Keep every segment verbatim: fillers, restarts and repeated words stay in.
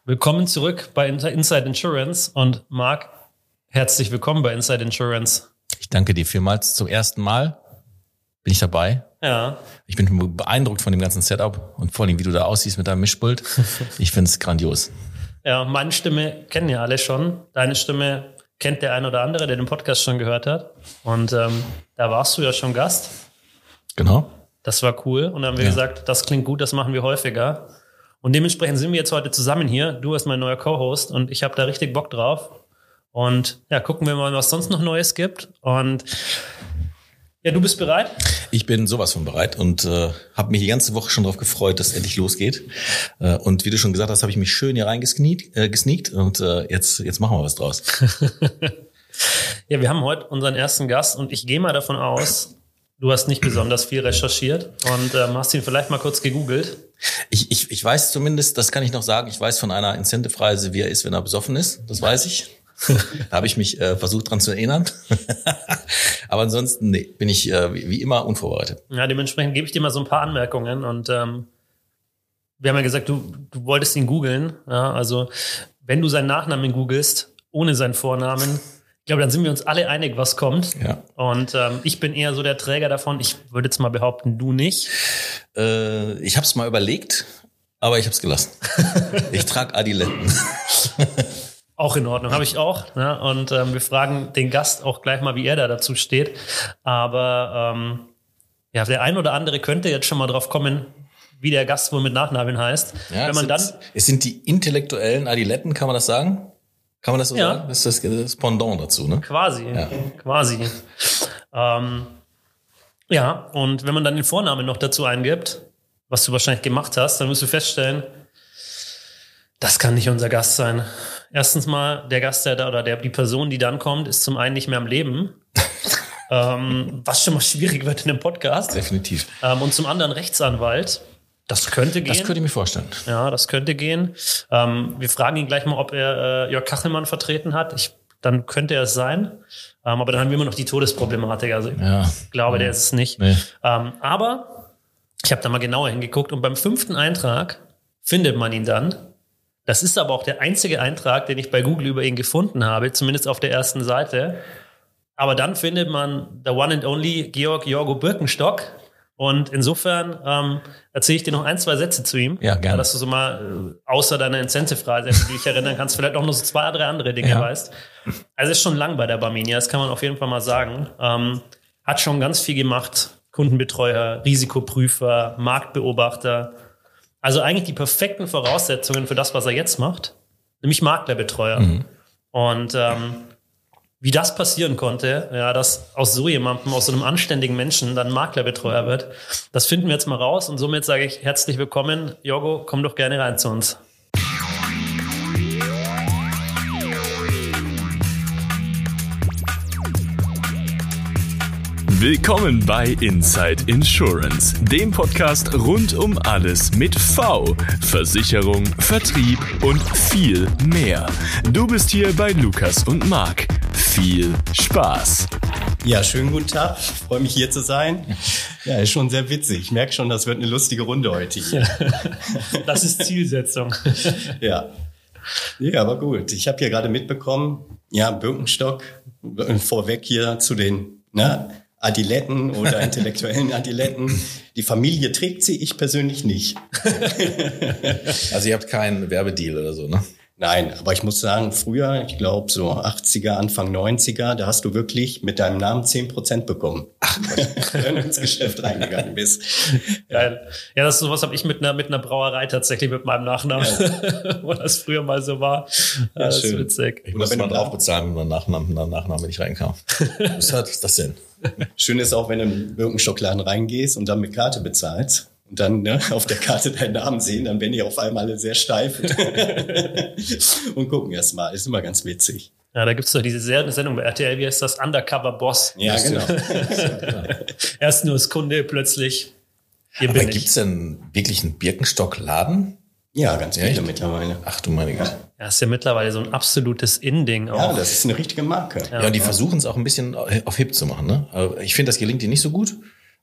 Willkommen zurück bei Inside Insurance und Marc, herzlich willkommen bei Inside Insurance. Ich danke dir vielmals. Zum ersten Mal bin ich dabei. Ja. Ich bin beeindruckt von dem ganzen Setup und vor allem, wie du da aussiehst mit deinem Mischpult. Ich finde es grandios. Ja, meine Stimme kennen ja alle schon. Deine Stimme kennt der ein oder andere, der den Podcast schon gehört hat. Und ähm, da warst du ja schon Gast. Genau. Das war cool. Und dann haben wir ja. gesagt, das klingt gut, das machen wir häufiger. Und dementsprechend sind wir jetzt heute zusammen hier. Du bist mein neuer Co-Host und ich habe da richtig Bock drauf. Und ja, gucken wir mal, was sonst noch Neues gibt. Und ja, du bist bereit? Ich bin sowas von bereit und äh, habe mich die ganze Woche schon darauf gefreut, dass es endlich losgeht. Äh, und wie du schon gesagt hast, habe ich mich schön hier reingesneakt äh, gesneakt und äh, jetzt, jetzt machen wir was draus. Ja, wir haben heute unseren ersten Gast und ich gehe mal davon aus, du hast nicht besonders viel recherchiert und ähm, hast ihn vielleicht mal kurz gegoogelt. Ich, ich, ich weiß zumindest, das kann ich noch sagen, ich weiß von einer Incentive-Reise, wie er ist, wenn er besoffen ist. Das weiß ich. Da habe ich mich äh, versucht dran zu erinnern. Aber ansonsten nee, bin ich äh, wie, wie immer unvorbereitet. Ja, dementsprechend gebe ich dir mal so ein paar Anmerkungen. Und ähm, wir haben ja gesagt, du, du wolltest ihn googeln. Ja, also wenn du seinen Nachnamen googelst, ohne seinen Vornamen, ich glaube, dann sind wir uns alle einig, was kommt. Ja. Und ähm, ich bin eher so der Träger davon. Ich würde jetzt mal behaupten, du nicht. Äh, ich habe es mal überlegt, aber ich habe es gelassen. Ich trage Adiletten. Auch in Ordnung, habe ich auch. Ne? Und ähm, wir fragen den Gast auch gleich mal, wie er da dazu steht. Aber ähm, ja, der ein oder andere könnte jetzt schon mal drauf kommen, wie der Gast wohl mit Nachnamen heißt. Ja, Wenn man es, dann, sind, es sind die intellektuellen Adiletten, kann man das sagen? Kann man das so ja. sagen? Das ist das, das Pendant dazu, ne? Quasi, ja. quasi. Ähm, ja, und wenn man dann den Vornamen noch dazu eingibt, was du wahrscheinlich gemacht hast, dann wirst du feststellen, das kann nicht unser Gast sein. Erstens mal, der Gast, der da oder der, die Person, die dann kommt, ist zum einen nicht mehr am Leben. ähm, was schon mal schwierig wird in einem Podcast. Definitiv. Ähm, und zum anderen Rechtsanwalt. Das könnte gehen. Das könnte ich mir vorstellen. Ja, das könnte gehen. Ähm, wir fragen ihn gleich mal, ob er äh, Jörg Kachelmann vertreten hat. Ich, dann könnte er es sein. Ähm, aber dann haben wir immer noch die Todesproblematik. Also ja. ich glaube, ja. der ist es nicht. Nee. Ähm, aber ich habe da mal genauer hingeguckt und beim fünften Eintrag findet man ihn dann. Das ist aber auch der einzige Eintrag, den ich bei Google über ihn gefunden habe, zumindest auf der ersten Seite. Aber dann findet man the one and only Georg Jorgo Birkenstock. Und insofern ähm, erzähle ich dir noch ein, zwei Sätze zu ihm. Ja, gerne. Dass du so mal, äh, außer deiner Incentive-Reise, die dich erinnern kannst, vielleicht auch noch so zwei, drei andere Dinge ja. weißt. Also ist schon lang bei der Barminia, das kann man auf jeden Fall mal sagen. Ähm, hat schon ganz viel gemacht. Kundenbetreuer, Risikoprüfer, Marktbeobachter. Also eigentlich die perfekten Voraussetzungen für das, was er jetzt macht. Nämlich Maklerbetreuer. Mhm. Und ähm, wie das passieren konnte, ja, dass aus so jemandem, aus so einem anständigen Menschen dann Maklerbetreuer wird, das finden wir jetzt mal raus. Und somit sage ich herzlich willkommen. Jorgo, komm doch gerne rein zu uns. Willkommen bei Inside Insurance, dem Podcast rund um alles mit V, Versicherung, Vertrieb und viel mehr. Du bist hier bei Lukas und Marc. Viel Spaß! Ja, schönen guten Tag. Ich freue mich, hier zu sein. Ja, ist schon sehr witzig. Ich merke schon, das wird eine lustige Runde heute hier. Das ist Zielsetzung. Ja. Ja, aber gut. Ich habe hier gerade mitbekommen, ja, Birkenstock, vorweg hier zu den, ne, Adiletten oder intellektuellen Adiletten. Die Familie trägt sie, ich persönlich nicht. Also ihr habt keinen Werbedeal oder so, ne? Nein, aber ich muss sagen, früher, ich glaube so achtziger, Anfang neunziger, da hast du wirklich mit deinem Namen zehn Prozent bekommen, wenn du ins Geschäft reingegangen bist. Geil. Ja, das sowas habe ich mit einer mit einer Brauerei tatsächlich mit meinem Nachnamen, ja. Wo das früher mal so war. Ja, das schön. ist witzig. Ich muss mal drauf bezahlen mit meinem Nachnamen, mit meinem Nachnamen, wenn ich reinkam. Was hat das denn? Schön ist auch, wenn du in den Birkenstockladen reingehst und dann mit Karte bezahlst. Und dann, ne, auf der Karte deinen Namen sehen, dann werden die auf einmal alle sehr steif und gucken erst mal. Ist immer ganz witzig. Ja, da gibt's doch diese Sendung bei R T L, wie heißt das? Undercover Boss. Ja, genau. Erst nur als Kunde, plötzlich hier Aber bin gibt's ich. denn wirklich einen Birkenstock-Laden? Ja, ganz viele Echt? mittlerweile. Ach du meine Güte. Ja, ist ja mittlerweile so ein absolutes In-Ding auch. Ja, das ist eine richtige Marke. Ja, ja und die versuchen es auch ein bisschen auf hip zu machen, ne? Also ich finde, das gelingt ihnen nicht so gut.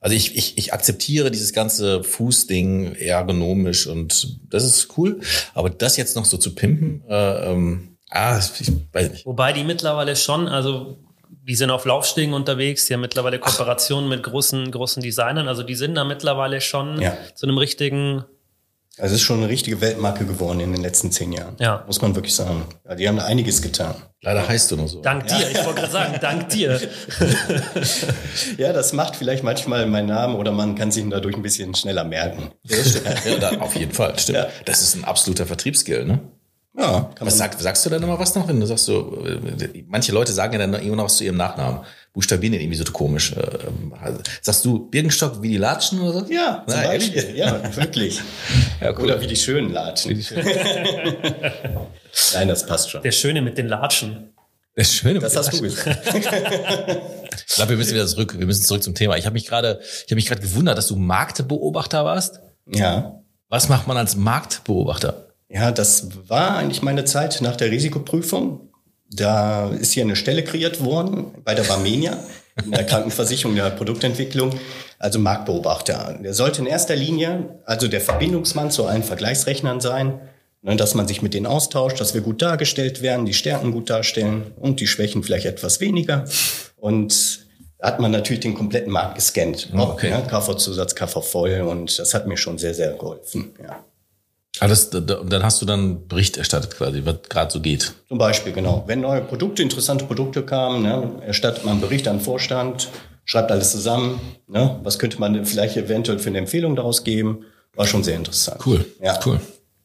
Also ich, ich, ich akzeptiere dieses ganze Fußding ergonomisch und das ist cool. Aber das jetzt noch so zu pimpen, äh, ähm, ah, ich weiß nicht. Wobei die mittlerweile schon, also die sind auf Laufstegen unterwegs, die haben mittlerweile Kooperationen mit großen, großen Designern. Also die sind da mittlerweile schon Ja. zu einem richtigen... Also es ist schon eine richtige Weltmarke geworden in den letzten zehn Jahren. Ja. Muss man wirklich sagen. Ja, die haben da einiges getan. Leider heißt du nur so. Dank dir, ich wollte gerade sagen, dank dir. Ja, das macht vielleicht manchmal meinen Namen oder man kann sich ihn dadurch ein bisschen schneller merken. Ja, das stimmt. Ja, da, auf jeden Fall, stimmt. Ja. Das ist ein absoluter Vertriebsskill, ne? Ja, kann Was man. sag, sagst du da nochmal was noch? Wenn du sagst so, äh, manche Leute sagen ja dann immer noch was zu ihrem Nachnamen. Buchstabieren den irgendwie so komisch. Äh, sagst du Birkenstock wie die Latschen oder so? Ja, zum Nein, Beispiel. ehrlich? Ja, wirklich. Ja, cool. Oder wie die schönen Latschen. Nein, das passt schon. Der Schöne mit den Latschen. Das ist schön. Das hast du gesagt. Ich glaube, wir müssen wieder zurück. Wir müssen zurück zum Thema. Ich habe mich gerade, ich habe mich gerade gewundert, dass du Marktbeobachter warst. Ja. Was macht man als Marktbeobachter? Ja, das war eigentlich meine Zeit nach der Risikoprüfung. Da ist hier eine Stelle kreiert worden bei der Barmenia, in der Krankenversicherung der Produktentwicklung, also Marktbeobachter. Der sollte in erster Linie also der Verbindungsmann zu allen Vergleichsrechnern sein, ne, dass man sich mit denen austauscht, dass wir gut dargestellt werden, die Stärken gut darstellen und die Schwächen vielleicht etwas weniger. Und da hat man natürlich den kompletten Markt gescannt. Okay. Ja, K V-Zusatz, K V-Voll, und das hat mir schon sehr, sehr geholfen, ja. Alles, da- da- und dann hast du dann Bericht erstattet quasi, was gerade so geht. Zum Beispiel, genau. Wenn neue Produkte, interessante Produkte kamen, ne, erstattet man einen Bericht an den Vorstand, schreibt alles zusammen. Ne, was könnte man denn vielleicht eventuell für eine Empfehlung daraus geben? War schon sehr interessant. Cool, Ja. cool.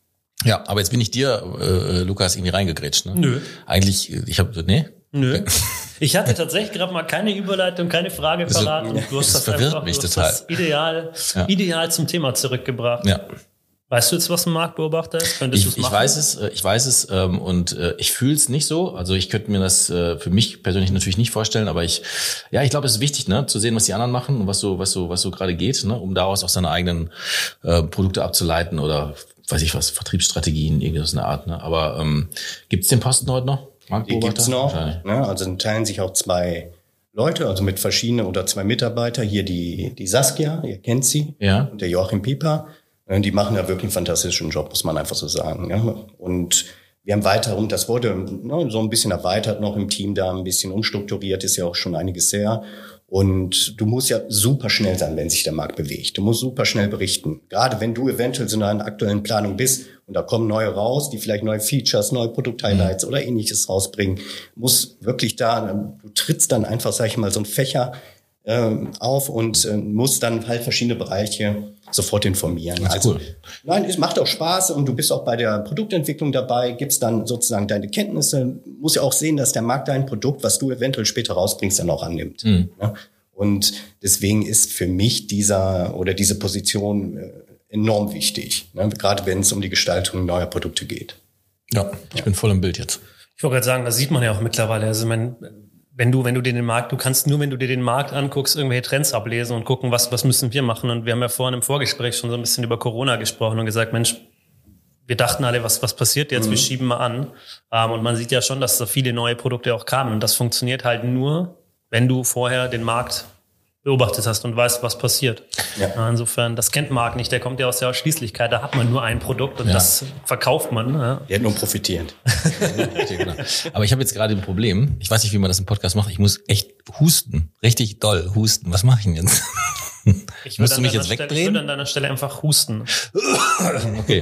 Ja, aber jetzt bin ich dir, äh, Lukas, irgendwie reingegrätscht. Ne? Nö. Eigentlich, ich habe, nee? Nö. Ich hatte tatsächlich gerade mal keine Überleitung, keine Frage Das ist- parat. Und du hast das das verwirrt einfach, mich du hast total. das ideal, Ja. ideal zum Thema zurückgebracht. Ja. Weißt du jetzt, was ein Marktbeobachter ist? Könntest du Ich, es ich machen? weiß es, äh, ich weiß es ähm, und äh, ich fühle es nicht so. Also ich könnte mir das äh, für mich persönlich natürlich nicht vorstellen, aber ich, ja, ich glaube, es ist wichtig, ne, zu sehen, was die anderen machen und was so, was so, was so gerade geht, ne, um daraus auch seine eigenen äh, Produkte abzuleiten oder weiß ich was, Vertriebsstrategien, irgendwas in der Art. Ne. Aber ähm, gibt's den Posten heute noch? Die gibt's noch. Wahrscheinlich. Ne, also dann teilen sich auch zwei Leute, also mit verschiedenen oder zwei Mitarbeiter. Hier die, die Saskia, ihr kennt sie. Ja. Und der Joachim Pieper. Die machen ja wirklich einen fantastischen Job, muss man einfach so sagen. Ja. Und wir haben weiter, und das wurde ne, so ein bisschen erweitert noch im Team, da ein bisschen umstrukturiert, ist ja auch schon einiges her. Und du musst ja super schnell sein, wenn sich der Markt bewegt. Du musst super schnell berichten. Gerade wenn du eventuell so in einer aktuellen Planung bist und da kommen neue raus, die vielleicht neue Features, neue Produkt-Highlights mhm. oder ähnliches rausbringen, muss wirklich da, du trittst dann einfach, sag ich mal, so ein Fächer äh, auf und äh, musst dann halt verschiedene Bereiche sofort informieren. Das ist Also, cool. nein, es macht auch Spaß und du bist auch bei der Produktentwicklung dabei, gibst dann sozusagen deine Kenntnisse, musst ja auch sehen, dass der Markt dein Produkt, was du eventuell später rausbringst, dann auch annimmt. Mhm. Ja? Und deswegen ist für mich dieser oder diese Position äh, enorm wichtig, ne? Gerade wenn es um die Gestaltung neuer Produkte geht. Ja, ich bin voll im Bild jetzt. Ich wollte gerade sagen, das sieht man ja auch mittlerweile. Also mein, wenn du, wenn du dir den Markt, du kannst nur, wenn du dir den Markt anguckst, irgendwelche Trends ablesen und gucken, was, was müssen wir machen. Und wir haben ja vorhin im Vorgespräch schon so ein bisschen über Corona gesprochen und gesagt, Mensch, wir dachten alle, was, was passiert jetzt? Mhm. Wir schieben mal an. Ähm, und man sieht ja schon, dass da viele neue Produkte auch kamen. Und das funktioniert halt nur, wenn du vorher den Markt beobachtet hast und weißt, was passiert. Ja. Insofern, das kennt Marc nicht. Der kommt ja aus der Ausschließlichkeit. Da hat man nur ein Produkt und ja. das verkauft man. Ja. Der hat nur profitiert. Genau. Aber ich habe jetzt gerade ein Problem. Ich weiß nicht, wie man das im Podcast macht. Ich muss echt husten. Richtig doll husten. Was mache ich denn jetzt? Ich Musst du mich jetzt Stelle, wegdrehen? Ich würde an deiner Stelle einfach husten. Okay.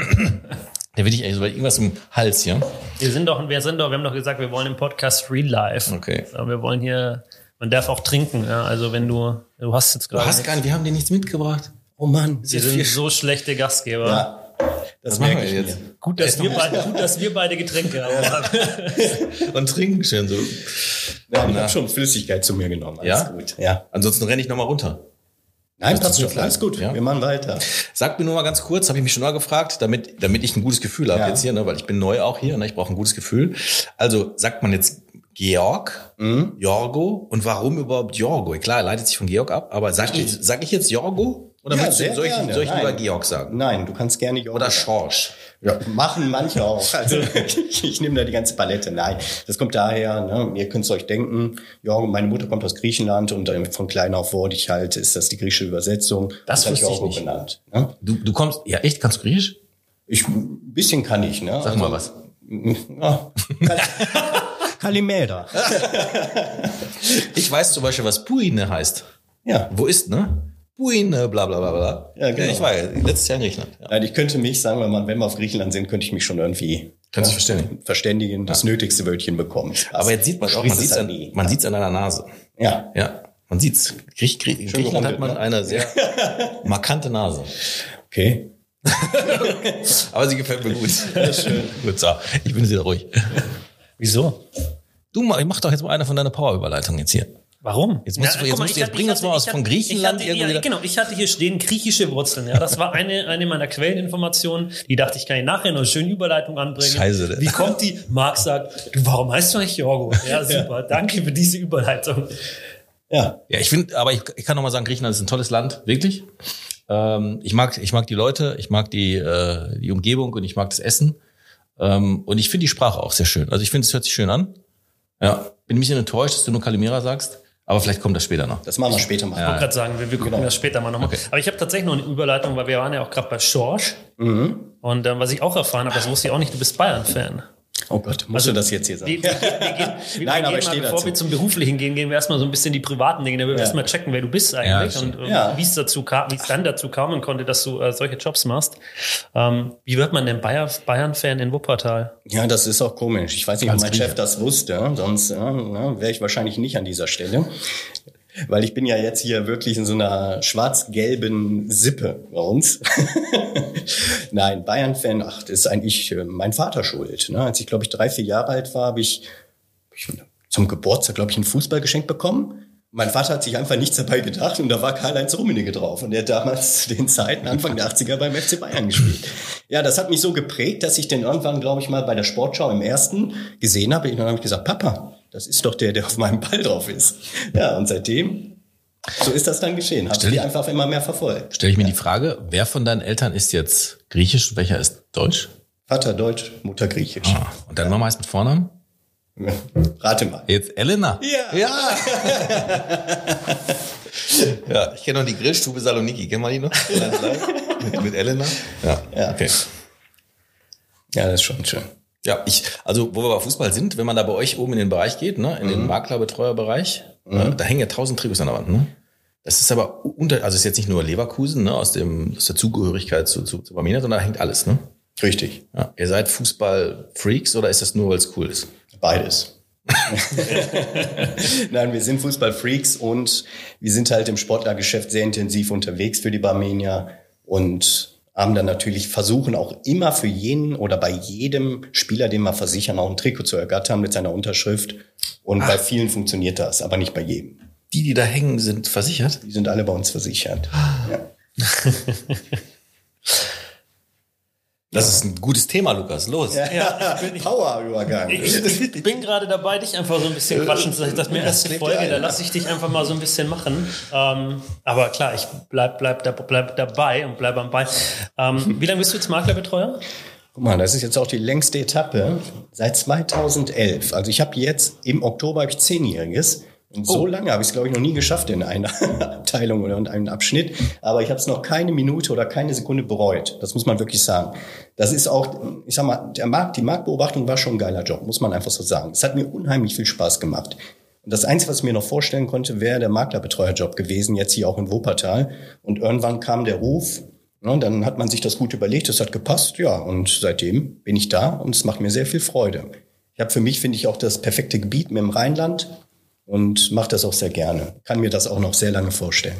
Da will ich eigentlich so irgendwas im Hals hier. Wir sind doch, wir sind doch, wir haben doch gesagt, wir wollen im Podcast Real Life. Okay. Wir wollen hier, man darf auch trinken. Ja? Also wenn du, du hast jetzt gerade. Du hast gar nicht, wir haben dir nichts mitgebracht. Oh Mann, wir sind so schlechte Gastgeber. Ja. Das machen wir jetzt. Gut, dass wir beide, gut, dass wir beide Getränke haben. Ja. Und trinken schön so. Ja, ich habe schon Flüssigkeit zu mir genommen. Alles ja? gut. Ja. Ansonsten renne ich nochmal runter. Nein, passt schon. Alles gut. Ja? Wir machen weiter. Sag mir nur mal ganz kurz, habe ich mich schon mal gefragt, damit damit ich ein gutes Gefühl habe ja. jetzt hier, ne, weil ich bin neu auch hier, ne, ich brauche ein gutes Gefühl. Also sagt man jetzt Georg, mhm. Jorgo, und warum überhaupt Jorgo? Klar, er leitet sich von Georg ab, aber sag ich, sag ich jetzt Jorgo? Oder ja, du, soll ich, soll ich lieber Nein. Georg sagen? Nein, du kannst gerne Jorgo. Oder Schorsch. Ja, machen manche auch. Also ich, ich nehme da die ganze Palette. Nein, das kommt daher, ne, ihr könnt es euch denken, ja, meine Mutter kommt aus Griechenland und von klein auf wurde ich halt, ist das die griechische Übersetzung. Das habe ich wusste auch ich nicht. genannt. Ne? Du, du kommst, ja echt, kannst du Griechisch? Ich, ein bisschen kann ich, ne? Sag also, mal was. Ja, Kalimera. Ich weiß zum Beispiel, was Puine heißt. Ja. Wo ist, ne? Puine, bla bla bla bla. Ja, genau. Ich war ja letztes Jahr in Griechenland. Ja. Nein, ich könnte mich, sagen wir mal, wenn wir auf Griechenland sind, könnte ich mich schon irgendwie Kannst ja, du verständigen. verständigen, das Ja. nötigste Wörtchen bekommen. Aber jetzt sieht man auch, man sieht's an, man sieht's an deiner Nase. Ja. Ja, man sieht's. Griech, Griech, in Griechenland hat man ne? eine sehr markante Nase. Okay. Aber sie gefällt mir gut. Schön. Gut, so. Ich bin wieder ruhig. Wieso? Du, mach, mach doch jetzt mal eine von deiner Power-Überleitung jetzt hier. Warum? Jetzt musst du- jetzt guck mal, musst du- ich jetzt hatte- bring ich uns mal hatte- aus ich von hatte- Griechenland ich hatte, irgendwie ja, wieder- genau, ich hatte hier stehen griechische Wurzeln. Ja, das war eine, eine meiner Quelleninformationen. Die dachte ich, kann ich nachher noch eine schöne Überleitung anbringen. Scheiße, ne? Wie kommt die? Marc sagt, du, warum heißt du eigentlich Jorgo? Ja, super. Danke für diese Überleitung. Ja. Ja, ich finde, aber ich, ich kann noch mal sagen, Griechenland ist ein tolles Land, wirklich. Ähm, ich mag, ich mag die Leute, ich mag die, äh, die Umgebung und ich mag das Essen. Ähm, und ich finde die Sprache auch sehr schön. Also ich finde, es hört sich schön an. Ja, bin ein bisschen enttäuscht, dass du nur Kalimera sagst. Aber vielleicht kommt das später noch. Das machen wir später mal. Ich wollte gerade sagen, wir, wir gucken Genau. das später mal nochmal. Okay. Aber ich habe tatsächlich noch eine Überleitung, weil wir waren ja auch gerade bei Schorsch. Mhm. Und ähm, was ich auch erfahren habe, das wusste ich auch nicht, du bist Bayern-Fan. Oh Gott, musst du das jetzt hier sagen? Wir, wir, wir gehen, wir Nein, gehen aber ich mal, stehe bevor dazu. wir zum Beruflichen gehen, gehen wir erstmal so ein bisschen die privaten Dinge. Da wir Ja. erstmal checken, wer du bist Ja, eigentlich stimmt. und ähm, Ja. wie es dazu kam, wie es dann dazu kam und konnte, dass du äh, solche Jobs machst. Ähm, wie wird man denn Bayer, Bayern-Fan in Wuppertal? Ja, das ist auch komisch. Ich weiß nicht, ob Ganz mein Grieche. Chef das wusste, sonst ja, wäre ich wahrscheinlich nicht an dieser Stelle. Weil ich bin ja jetzt hier wirklich in so einer schwarz-gelben Sippe bei uns. Nein, Bayern-Fan, ach, das ist eigentlich äh, mein Vater schuld. Ne? Als ich, glaube ich, drei, vier Jahre alt war, habe ich, ich zum Geburtstag, glaube ich, ein Fußballgeschenk bekommen. Mein Vater hat sich einfach nichts dabei gedacht und da war Karl-Heinz Rummenigge drauf. Und der hat damals zu den Zeiten, Anfang der achtziger beim F C Bayern gespielt. Ja, das hat mich so geprägt, dass ich den irgendwann, glaube ich, mal bei der Sportschau im ersten gesehen habe. Und dann habe ich gesagt, Papa, das ist doch der, der auf meinem Ball drauf ist. Ja, und seitdem, so ist das dann geschehen. Habe Stell ich dich- einfach immer mehr verfolgt. Stelle ich mir die Frage, wer von deinen Eltern ist jetzt griechisch und welcher ist deutsch? Vater Deutsch, Mutter Griechisch. Ah, und deine Mama heißt mit Vornamen? Rate mal. Jetzt Elena. Ja. Ja. Ja, ich kenne noch die Grillstube Saloniki. Kennen wir die noch? mit, mit Elena? Ja. Ja. Okay. Ja, das ist schon schön. Ja, ich, also wo wir bei Fußball sind, wenn man da bei euch oben in den Bereich geht, ne, in den Maklerbetreuerbereich, äh, da hängen ja tausend Trikots an der Wand, ne? Das ist aber unter, also ist jetzt nicht nur Leverkusen, ne, aus dem, aus der Zugehörigkeit zu, zu, zu Barmina, sondern da hängt alles, ne? Richtig. Ja. Ihr seid Fußball-Freaks oder ist das nur, weil es cool ist? Beides. Nein, wir sind Fußballfreaks und wir sind halt im Sportlergeschäft sehr intensiv unterwegs für die Barmenia und haben dann natürlich versuchen auch immer für jeden oder bei jedem Spieler, den wir versichern, auch ein Trikot zu ergattern mit seiner Unterschrift. Und Ach. bei vielen funktioniert das, aber nicht bei jedem. Die, die da hängen, sind versichert? Die sind alle bei uns versichert. Ja. Das ist ein gutes Thema, Lukas. Los. Ja, ich bin, Power-Übergang. ich, ich bin gerade dabei, dich einfach so ein bisschen quatschen zu lassen. Ich dachte mir, erste lebt Folge, ein, da ja. lasse ich dich einfach mal so ein bisschen machen. Ähm, aber klar, ich bleib, bleib, da, bleib dabei und bleib am Ball. Ähm, wie lange bist du jetzt Maklerbetreuer? Guck mal, das ist jetzt auch die längste Etappe seit zweitausendelf. Also ich habe jetzt im Oktober habe ich zehnjähriges. Und so lange habe ich es, glaube ich, noch nie geschafft in einer Abteilung oder in einem Abschnitt. Aber ich habe es noch keine Minute oder keine Sekunde bereut. Das muss man wirklich sagen. Das ist auch, ich sag mal, der Markt, die Marktbeobachtung war schon ein geiler Job, muss man einfach so sagen. Es hat mir unheimlich viel Spaß gemacht. Und das Einzige, was ich mir noch vorstellen konnte, wäre der Maklerbetreuerjob gewesen, jetzt hier auch in Wuppertal. Und irgendwann kam der Ruf, ne, dann hat man sich das gut überlegt, es hat gepasst, ja. Und seitdem bin ich da und es macht mir sehr viel Freude. Ich habe für mich, finde ich, auch das perfekte Gebiet mit dem Rheinland. Und mache das auch sehr gerne. Kann mir das auch noch sehr lange vorstellen.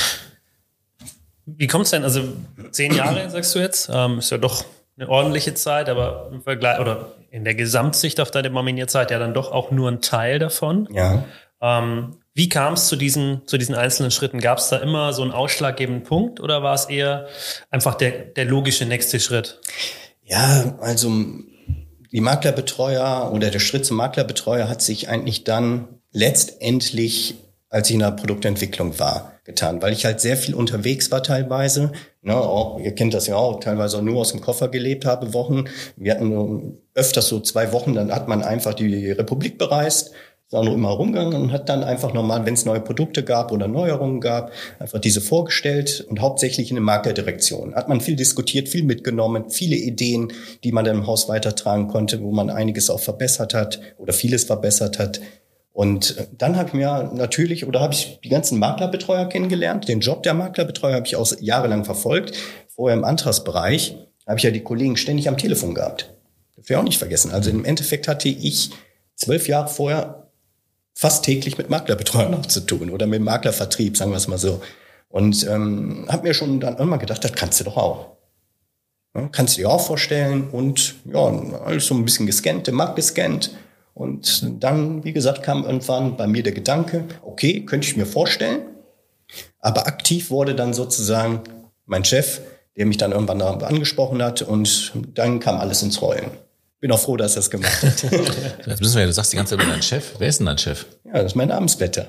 Wie kommt es denn? Also zehn Jahre, sagst du jetzt? Ähm, ist ja doch eine ordentliche Zeit, aber im Vergleich oder in der Gesamtsicht auf deine Barmenia-Zeit ja dann doch auch nur ein Teil davon. Ja. Ähm, wie kam es zu diesen, zu diesen einzelnen Schritten? Gab es da immer so einen ausschlaggebenden Punkt oder war es eher einfach der, der logische nächste Schritt? Ja, also die Maklerbetreuer oder der Schritt zum Maklerbetreuer hat sich eigentlich dann letztendlich als ich in der Produktentwicklung war, getan, weil ich halt sehr viel unterwegs war teilweise. Ne, auch, ihr kennt das ja auch, teilweise auch nur aus dem Koffer gelebt habe, Wochen. Wir hatten öfters so zwei Wochen, dann hat man einfach die Republik bereist, ist auch noch immer rumgegangen und hat dann einfach nochmal, wenn es neue Produkte gab oder Neuerungen gab, einfach diese vorgestellt und hauptsächlich in der Maklerdirektion. Hat man viel diskutiert, viel mitgenommen, viele Ideen, die man dann im Haus weitertragen konnte, wo man einiges auch verbessert hat oder vieles verbessert hat. Und dann habe ich mir natürlich, oder habe ich die ganzen Maklerbetreuer kennengelernt. Den Job der Maklerbetreuer habe ich auch jahrelang verfolgt. Vorher im Antragsbereich habe ich ja die Kollegen ständig am Telefon gehabt. Das will ich auch nicht vergessen. Also im Endeffekt hatte ich zwölf Jahre vorher fast täglich mit Maklerbetreuern noch zu tun oder mit Maklervertrieb, sagen wir es mal so. Und ähm, habe mir schon dann immer gedacht, das kannst du doch auch. Ja, kannst du dir auch vorstellen. Und ja, alles so ein bisschen gescannt, den Markt gescannt. Und dann, wie gesagt, kam irgendwann bei mir der Gedanke, okay, könnte ich mir vorstellen. Aber aktiv wurde dann sozusagen mein Chef, der mich dann irgendwann angesprochen hat. Und dann kam alles ins Rollen. Bin auch froh, dass er es gemacht hat. Jetzt müssen wir ja, du sagst die ganze Zeit über deinen Chef. Wer ist denn dein Chef? Ja, das ist mein Namensvetter.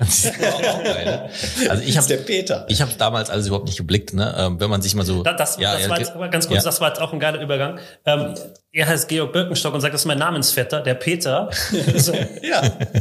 Also ich habe der Peter. Ich habe damals alles überhaupt nicht geblickt, ne? Ähm, wenn man sich mal so. Das, das, ja, das war jetzt aber ganz kurz, ja. das war jetzt auch ein geiler Übergang. Ähm, er heißt Georg Birkenstock und sagt, das ist mein Namensvetter, der Peter. So. Ja.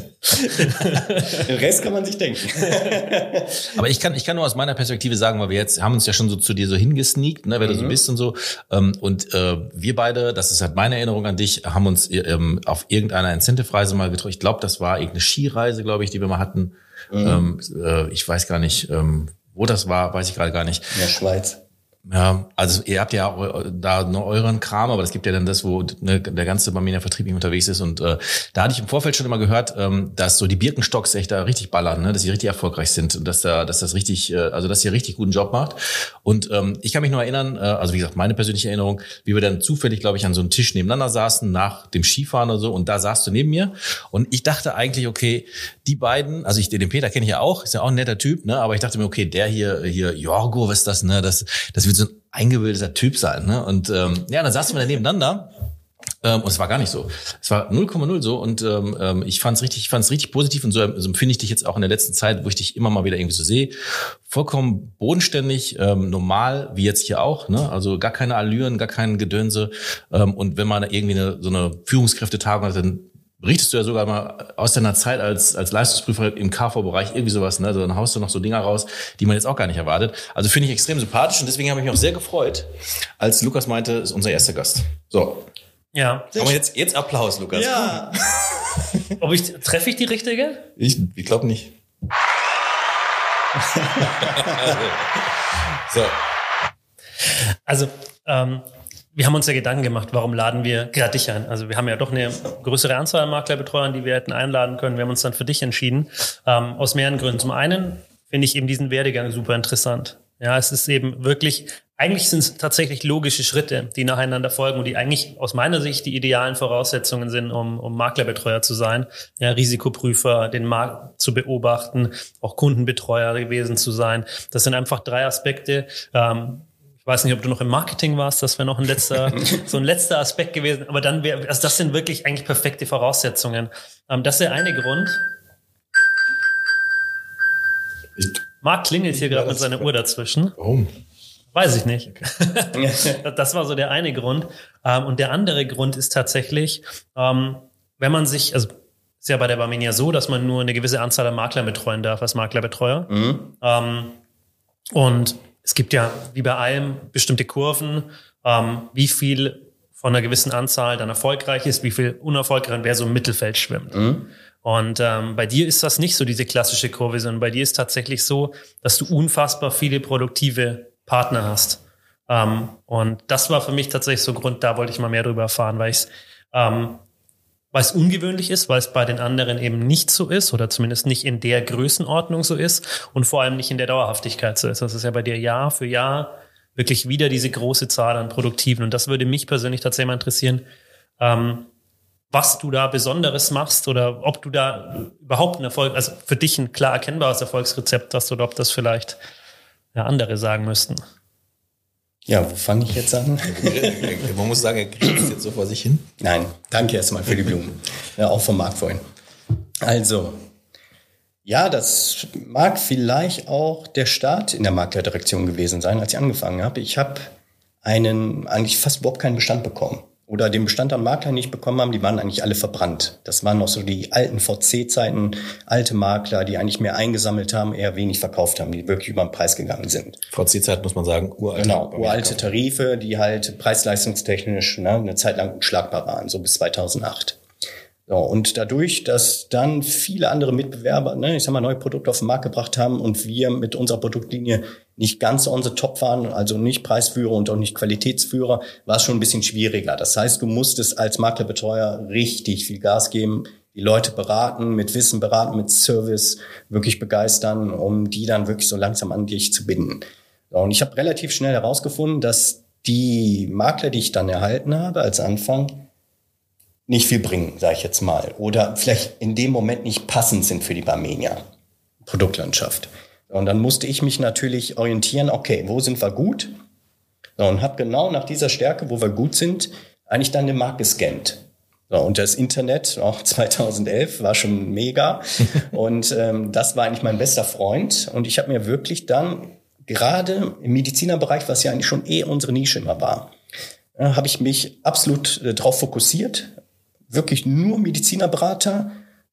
Den Rest kann man sich denken. Aber ich kann, ich kann nur aus meiner Perspektive sagen, weil wir jetzt haben uns ja schon so zu dir so hingesneakt, ne, wer mhm. du so bist und so. Ähm, und äh, wir beide, das ist halt meine Erinnerung an dich, haben uns ähm, auf irgendeiner Incentive-Reise mal getroffen. Ich glaube, das war irgendeine Skireise, glaube ich, die wir mal hatten. Mhm. Ähm, äh, ich weiß gar nicht, ähm, wo das war, weiß ich gerade gar nicht. In der Schweiz. Ja, also ihr habt ja auch da nur euren Kram, aber es gibt ja dann das, wo ne, der ganze Barmenia-Vertrieb nicht unterwegs ist. Und äh, da hatte ich im Vorfeld schon immer gehört, ähm, dass so die Birkenstocks echt da richtig ballern, ne, dass sie richtig erfolgreich sind und dass da, dass das richtig, äh, also dass ihr richtig guten Job macht. Und ähm, ich kann mich nur erinnern, äh, also wie gesagt, meine persönliche Erinnerung, wie wir dann zufällig, glaube ich, an so einem Tisch nebeneinander saßen nach dem Skifahren oder so. Und da saßt du neben mir. Und ich dachte eigentlich, okay, die beiden, also ich den Peter kenne ich ja auch, ist ja auch ein netter Typ, ne, aber ich dachte mir, okay, der hier, hier Jorgo, was ist das, ne, das, das wird so ein eingebildeter Typ sein, ne? Und ähm, ja, dann saßen wir da nebeneinander ähm, und es war gar nicht so. Es war null Komma null so und ähm, ich fand's richtig, ich fand's richtig positiv und so, so empfinde ich dich jetzt auch in der letzten Zeit, wo ich dich immer mal wieder irgendwie so sehe, vollkommen bodenständig, ähm, normal, wie jetzt hier auch, ne? Also gar keine Allüren, gar kein Gedönse ähm, und wenn man irgendwie eine, so eine Führungskräftetagung hat, dann berichtest du ja sogar mal aus deiner Zeit als als Leistungsprüfer im K V-Bereich irgendwie sowas, ne? Also dann haust du noch so Dinger raus, die man jetzt auch gar nicht erwartet. Also finde ich extrem sympathisch und deswegen habe ich mich auch sehr gefreut, als Lukas meinte, ist unser erster Gast. So. Ja. Aber jetzt jetzt Applaus, Lukas. Ja. Ob ich treffe ich die richtige? Ich ich glaube nicht. So. Also ähm, wir haben uns ja Gedanken gemacht, warum laden wir gerade dich ein? Also wir haben ja doch eine größere Anzahl an Maklerbetreuern, die wir hätten einladen können. Wir haben uns dann für dich entschieden, ähm, aus mehreren Gründen. Zum einen finde ich eben diesen Werdegang super interessant. Ja, es ist eben wirklich, eigentlich sind es tatsächlich logische Schritte, die nacheinander folgen und die eigentlich aus meiner Sicht die idealen Voraussetzungen sind, um, um Maklerbetreuer zu sein. Ja, Risikoprüfer, den Markt zu beobachten, auch Kundenbetreuer gewesen zu sein. Das sind einfach drei Aspekte. Ähm, Ich weiß nicht, ob du noch im Marketing warst, das wäre noch ein letzter, so ein letzter Aspekt gewesen. Aber dann wäre, also das sind wirklich eigentlich perfekte Voraussetzungen. Ähm, das ist der eine Grund. Ich, Marc klingelt hier gerade mit seiner Uhr dazwischen. Warum? Weiß ich nicht. Das war so der eine Grund. Ähm, und der andere Grund ist tatsächlich, ähm, wenn man sich, also ist ja bei der Barmenia so, dass man nur eine gewisse Anzahl an Maklern betreuen darf als Maklerbetreuer. Mhm. Ähm, und es gibt ja, wie bei allem, bestimmte Kurven, ähm, wie viel von einer gewissen Anzahl dann erfolgreich ist, wie viel unerfolgreich und wer so im Mittelfeld schwimmt. Mhm. Und ähm, bei dir ist das nicht so diese klassische Kurve, sondern bei dir ist tatsächlich so, dass du unfassbar viele produktive Partner hast. Ähm, und das war für mich tatsächlich so ein Grund, da wollte ich mal mehr drüber erfahren, weil ich es ähm, weil es ungewöhnlich ist, weil es bei den anderen eben nicht so ist oder zumindest nicht in der Größenordnung so ist und vor allem nicht in der Dauerhaftigkeit so ist. Das ist ja bei dir Jahr für Jahr wirklich wieder diese große Zahl an Produktiven. Und das würde mich persönlich tatsächlich mal interessieren, ähm, was du da Besonderes machst oder ob du da überhaupt ein Erfolg, also für dich ein klar erkennbares Erfolgsrezept hast oder ob das vielleicht ja, andere sagen müssten. Ja, wo fange ich jetzt an? Man muss sagen, er kriegt jetzt so vor sich hin. Nein, danke erstmal für die Blumen. Ja, auch vom Marc vorhin. Also, Ja, das mag vielleicht auch der Start in der Maklerdirektion gewesen sein, als ich angefangen habe. Ich habe einen eigentlich fast überhaupt keinen Bestand bekommen. Oder den Bestand an Maklern, die ich bekommen haben, die waren eigentlich alle verbrannt. Das waren noch so die alten V C-Zeiten, alte Makler, die eigentlich mehr eingesammelt haben, eher wenig verkauft haben, die wirklich über den Preis gegangen sind. V C-Zeit muss man sagen, uralte. Genau, uralte Tarife, die halt preis-leistungstechnisch ne, eine Zeit lang unschlagbar waren, so bis zweitausendacht. So, und dadurch, dass dann viele andere Mitbewerber, ne, ich sag mal, neue Produkte auf den Markt gebracht haben und wir mit unserer Produktlinie nicht ganz on the top waren, also nicht Preisführer und auch nicht Qualitätsführer, war es schon ein bisschen schwieriger. Das heißt, du musstest als Maklerbetreuer richtig viel Gas geben, die Leute beraten, mit Wissen beraten, mit Service wirklich begeistern, um die dann wirklich so langsam an dich zu binden. So, und ich habe relativ schnell herausgefunden, dass die Makler, die ich dann erhalten habe als Anfang, nicht viel bringen, sage ich jetzt mal. Oder vielleicht in dem Moment nicht passend sind für die Barmenia Produktlandschaft. Und dann musste ich mich natürlich orientieren, okay, wo sind wir gut? Und habe genau nach dieser Stärke, wo wir gut sind, eigentlich dann den Markt gescannt. So, und das Internet, auch zweitausendelf, war schon mega. Und ähm, das war eigentlich mein bester Freund. Und ich habe mir wirklich dann, gerade im Medizinerbereich, was ja eigentlich schon eh unsere Nische immer war, äh, habe ich mich absolut äh, darauf fokussiert. Wirklich nur Medizinerberater.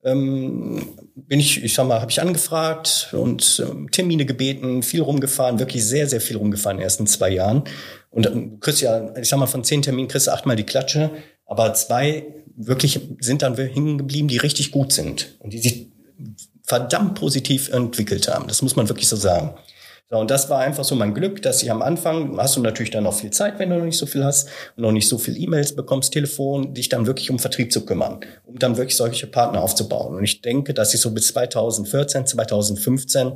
Ähm, bin ich, ich sag mal, habe ich angefragt und ähm, Termine gebeten, viel rumgefahren, wirklich sehr, sehr viel rumgefahren in den ersten zwei Jahren. Und du kriegst ja, ich sag mal, von zehn Terminen kriegst du achtmal die Klatsche, aber zwei wirklich sind dann hängen geblieben, die richtig gut sind und die sich verdammt positiv entwickelt haben. Das muss man wirklich so sagen. So, und das war einfach so mein Glück, dass ich am Anfang, hast du natürlich dann noch viel Zeit, wenn du noch nicht so viel hast und noch nicht so viel E-Mails bekommst, Telefon, dich dann wirklich um Vertrieb zu kümmern, um dann wirklich solche Partner aufzubauen. Und ich denke, dass ich so bis zweitausendvierzehn, zweitausendfünfzehn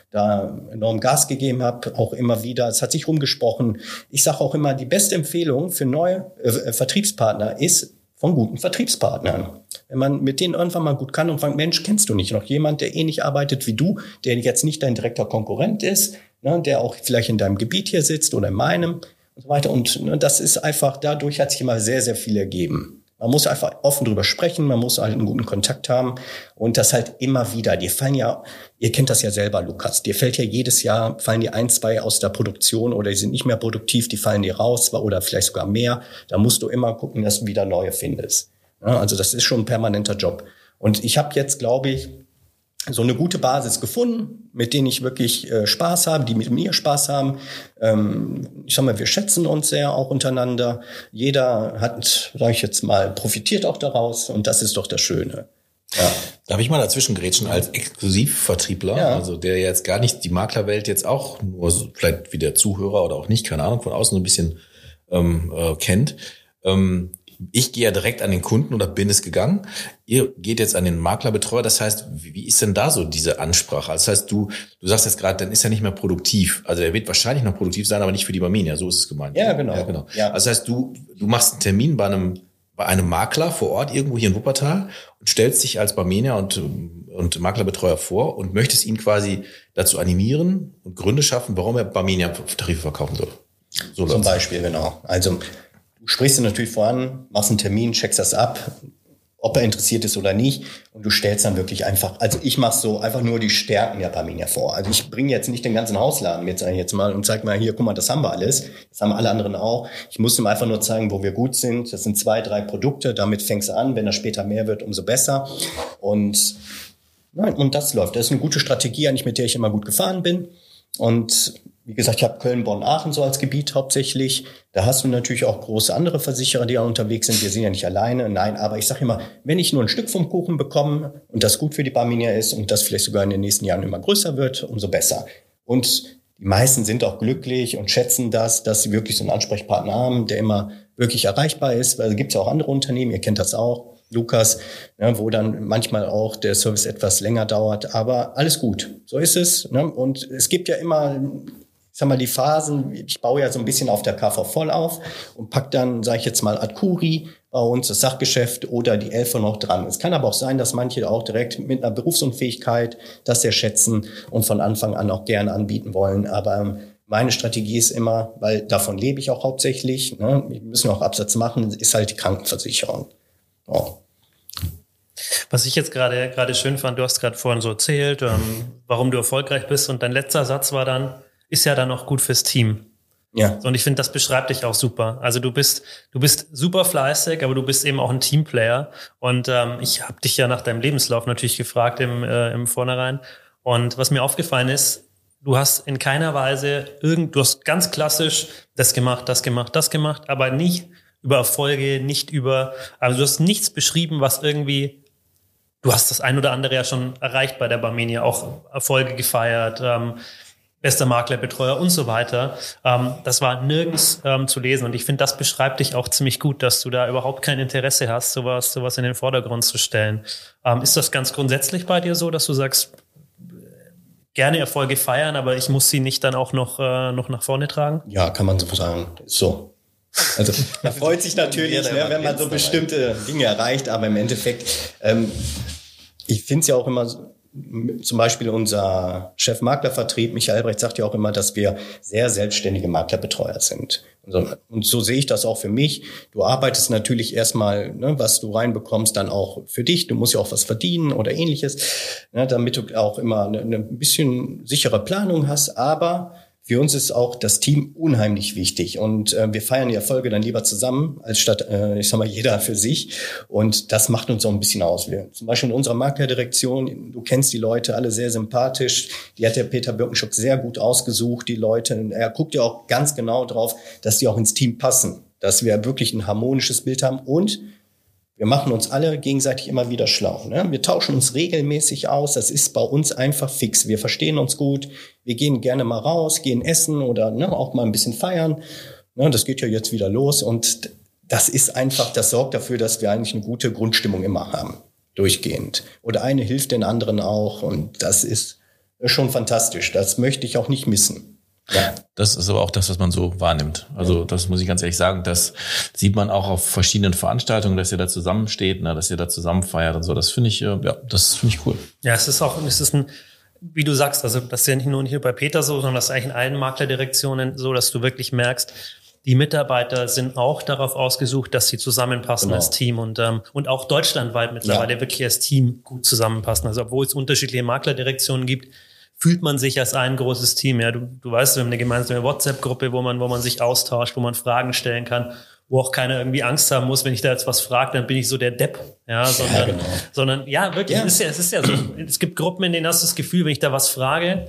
da enorm Gas gegeben habe, auch immer wieder. Es hat sich rumgesprochen. Ich sage auch immer, die beste Empfehlung für neue äh, Vertriebspartner ist von guten Vertriebspartnern. Wenn man mit denen irgendwann mal gut kann und fragt, Mensch, kennst du nicht noch jemand, der ähnlich arbeitet wie du, der jetzt nicht dein direkter Konkurrent ist, ne, der auch vielleicht in deinem Gebiet hier sitzt oder in meinem und so weiter. Und ne, das ist einfach, dadurch hat sich immer sehr, sehr viel ergeben. Man muss einfach offen drüber sprechen, man muss halt einen guten Kontakt haben und das halt immer wieder. Dir fallen ja, ihr kennt das ja selber, Lukas, dir fällt ja jedes Jahr, fallen dir ein, zwei aus der Produktion oder die sind nicht mehr produktiv, die fallen dir raus oder vielleicht sogar mehr. Da musst du immer gucken, dass du wieder neue findest. Ja, also das ist schon ein permanenter Job. Und ich habe jetzt, glaube ich, so eine gute Basis gefunden, mit denen ich wirklich äh, Spaß habe, die mit mir Spaß haben. Ähm, ich sag mal, wir schätzen uns sehr auch untereinander. Jeder hat, sage ich jetzt mal, profitiert auch daraus und das ist doch das Schöne. Ja. Darf ich mal dazwischen grätschen als Exklusivvertriebler, ja. Also der jetzt gar nicht die Maklerwelt jetzt auch nur so, vielleicht wie der Zuhörer oder auch nicht, keine Ahnung, von außen so ein bisschen ähm, äh, kennt. Ähm, Ich gehe ja direkt an den Kunden oder bin es gegangen. Ihr geht jetzt an den Maklerbetreuer. Das heißt, wie ist denn da so diese Ansprache? Das heißt, du du sagst jetzt gerade, dann ist er nicht mehr produktiv. Also er wird wahrscheinlich noch produktiv sein, aber nicht für die Barmenia. So ist es gemeint. Ja, genau. Ja, genau. Ja. Also das heißt, du du machst einen Termin bei einem bei einem Makler vor Ort irgendwo hier in Wuppertal und stellst dich als Barmenia und und Maklerbetreuer vor und möchtest ihn quasi dazu animieren und Gründe schaffen, warum er Barmenia-Tarife verkaufen soll. So Zum Beispiel, genau. Also du sprichst ihn natürlich voran, machst einen Termin, checkst das ab, ob er interessiert ist oder nicht. Und du stellst dann wirklich einfach, also ich mache so einfach nur die Stärken der Barmenia vor. Also ich bringe jetzt nicht den ganzen Hausladen mit, sage ich jetzt mal, und zeig mal hier, guck mal, das haben wir alles. Das haben alle anderen auch. Ich muss ihm einfach nur zeigen, wo wir gut sind. Das sind zwei, drei Produkte. Damit fängst du an. Wenn das später mehr wird, umso besser. Und, nein, und das läuft. Das ist eine gute Strategie, eigentlich mit der ich immer gut gefahren bin. Und wie gesagt, ich habe Köln, Bonn, Aachen so als Gebiet hauptsächlich. Da hast du natürlich auch große andere Versicherer, die auch unterwegs sind. Wir sind ja nicht alleine. Nein, aber ich sage immer, wenn ich nur ein Stück vom Kuchen bekomme und das gut für die Barmenia ist und das vielleicht sogar in den nächsten Jahren immer größer wird, umso besser. Und die meisten sind auch glücklich und schätzen das, dass sie wirklich so einen Ansprechpartner haben, der immer wirklich erreichbar ist. Weil es gibt ja auch andere Unternehmen, ihr kennt das auch, Lukas, ne, wo dann manchmal auch der Service etwas länger dauert. Aber alles gut, so ist es. Ne? Und es gibt ja immer, ich sag mal, die Phasen, ich baue ja so ein bisschen auf der K V voll auf und pack dann, sage ich jetzt mal, Adcuri bei uns, das Sachgeschäft oder die Elfer noch dran. Es kann aber auch sein, dass manche auch direkt mit einer Berufsunfähigkeit das sehr schätzen und von Anfang an auch gerne anbieten wollen. Aber meine Strategie ist immer, weil davon lebe ich auch hauptsächlich, ne, wir müssen auch Absatz machen, ist halt die Krankenversicherung. Oh. Was ich jetzt gerade gerade schön fand, du hast gerade vorhin so erzählt, ähm, warum du erfolgreich bist und dein letzter Satz war dann, ist ja dann auch gut fürs Team. Ja. Und ich finde, das beschreibt dich auch super. Also du bist du bist super fleißig, aber du bist eben auch ein Teamplayer. Und ähm, ich habe dich ja nach deinem Lebenslauf natürlich gefragt im, äh, im Vornherein. Und was mir aufgefallen ist, du hast in keiner Weise irgend, du hast ganz klassisch das gemacht, das gemacht, das gemacht, aber nicht über Erfolge, nicht über, also du hast nichts beschrieben, was irgendwie, du hast das ein oder andere ja schon erreicht bei der Barmenia, auch Erfolge gefeiert, ähm, bester Maklerbetreuer und so weiter. Ähm, das war nirgends ähm, zu lesen und ich finde, das beschreibt dich auch ziemlich gut, dass du da überhaupt kein Interesse hast, sowas, sowas in den Vordergrund zu stellen. Ähm, ist das ganz grundsätzlich bei dir so, dass du sagst, gerne Erfolge feiern, aber ich muss sie nicht dann auch noch, äh, noch nach vorne tragen? Ja, kann man so sagen. So. Also man freut sich natürlich, ne, wenn man so bestimmte Dinge erreicht, aber im Endeffekt, ähm, ich finde es ja auch immer, zum Beispiel unser Chef Maklervertrieb, Michael Albrecht, sagt ja auch immer, dass wir sehr selbstständige Maklerbetreuer sind. Und so, und so sehe ich das auch für mich. Du arbeitest natürlich erstmal, ne, was du reinbekommst, dann auch für dich. Du musst ja auch was verdienen oder ähnliches, ne, damit du auch immer eine, eine bisschen sichere Planung hast, aber für uns ist auch das Team unheimlich wichtig und äh, wir feiern die Erfolge dann lieber zusammen, als statt, äh, ich sag mal, jeder für sich. Und das macht uns auch ein bisschen aus. Wir, zum Beispiel in unserer Maklerdirektion, du kennst die Leute alle sehr sympathisch. Die hat der Peter Birkenstock sehr gut ausgesucht, die Leute. Er guckt ja auch ganz genau drauf, dass die auch ins Team passen, dass wir wirklich ein harmonisches Bild haben und wir machen uns alle gegenseitig immer wieder schlau. Ne? Wir tauschen uns regelmäßig aus. Das ist bei uns einfach fix. Wir verstehen uns gut. Wir gehen gerne mal raus, gehen essen oder ne, auch mal ein bisschen feiern. Ne, das geht ja jetzt wieder los. Und das ist einfach, das sorgt dafür, dass wir eigentlich eine gute Grundstimmung immer haben. Durchgehend. Oder eine hilft den anderen auch. Und das ist schon fantastisch. Das möchte ich auch nicht missen. Ja. Das ist aber auch das, was man so wahrnimmt. Also das muss ich ganz ehrlich sagen, das sieht man auch auf verschiedenen Veranstaltungen, dass ihr da zusammensteht, ne, dass ihr da zusammen feiert und so. Das finde ich, ja, das finde ich cool. Ja, es ist auch, es ist ein, wie du sagst, also das ist ja nicht nur hier bei Peter so, sondern das ist eigentlich in allen Maklerdirektionen so, dass du wirklich merkst, die Mitarbeiter sind auch darauf ausgesucht, dass sie zusammenpassen genau. als Team und ähm, und auch deutschlandweit mittlerweile ja. wirklich als Team gut zusammenpassen. Also obwohl es unterschiedliche Maklerdirektionen gibt, fühlt man sich als ein großes Team. Ja, du, du weißt, wir haben eine gemeinsame WhatsApp-Gruppe, wo man, wo man sich austauscht, wo man Fragen stellen kann, wo auch keiner irgendwie Angst haben muss, wenn ich da jetzt was frage, dann bin ich so der Depp. Ja, sondern, ja, genau. sondern ja, wirklich, ja. Es ist ja, es ist ja so. Es gibt Gruppen, in denen hast du das Gefühl, wenn ich da was frage,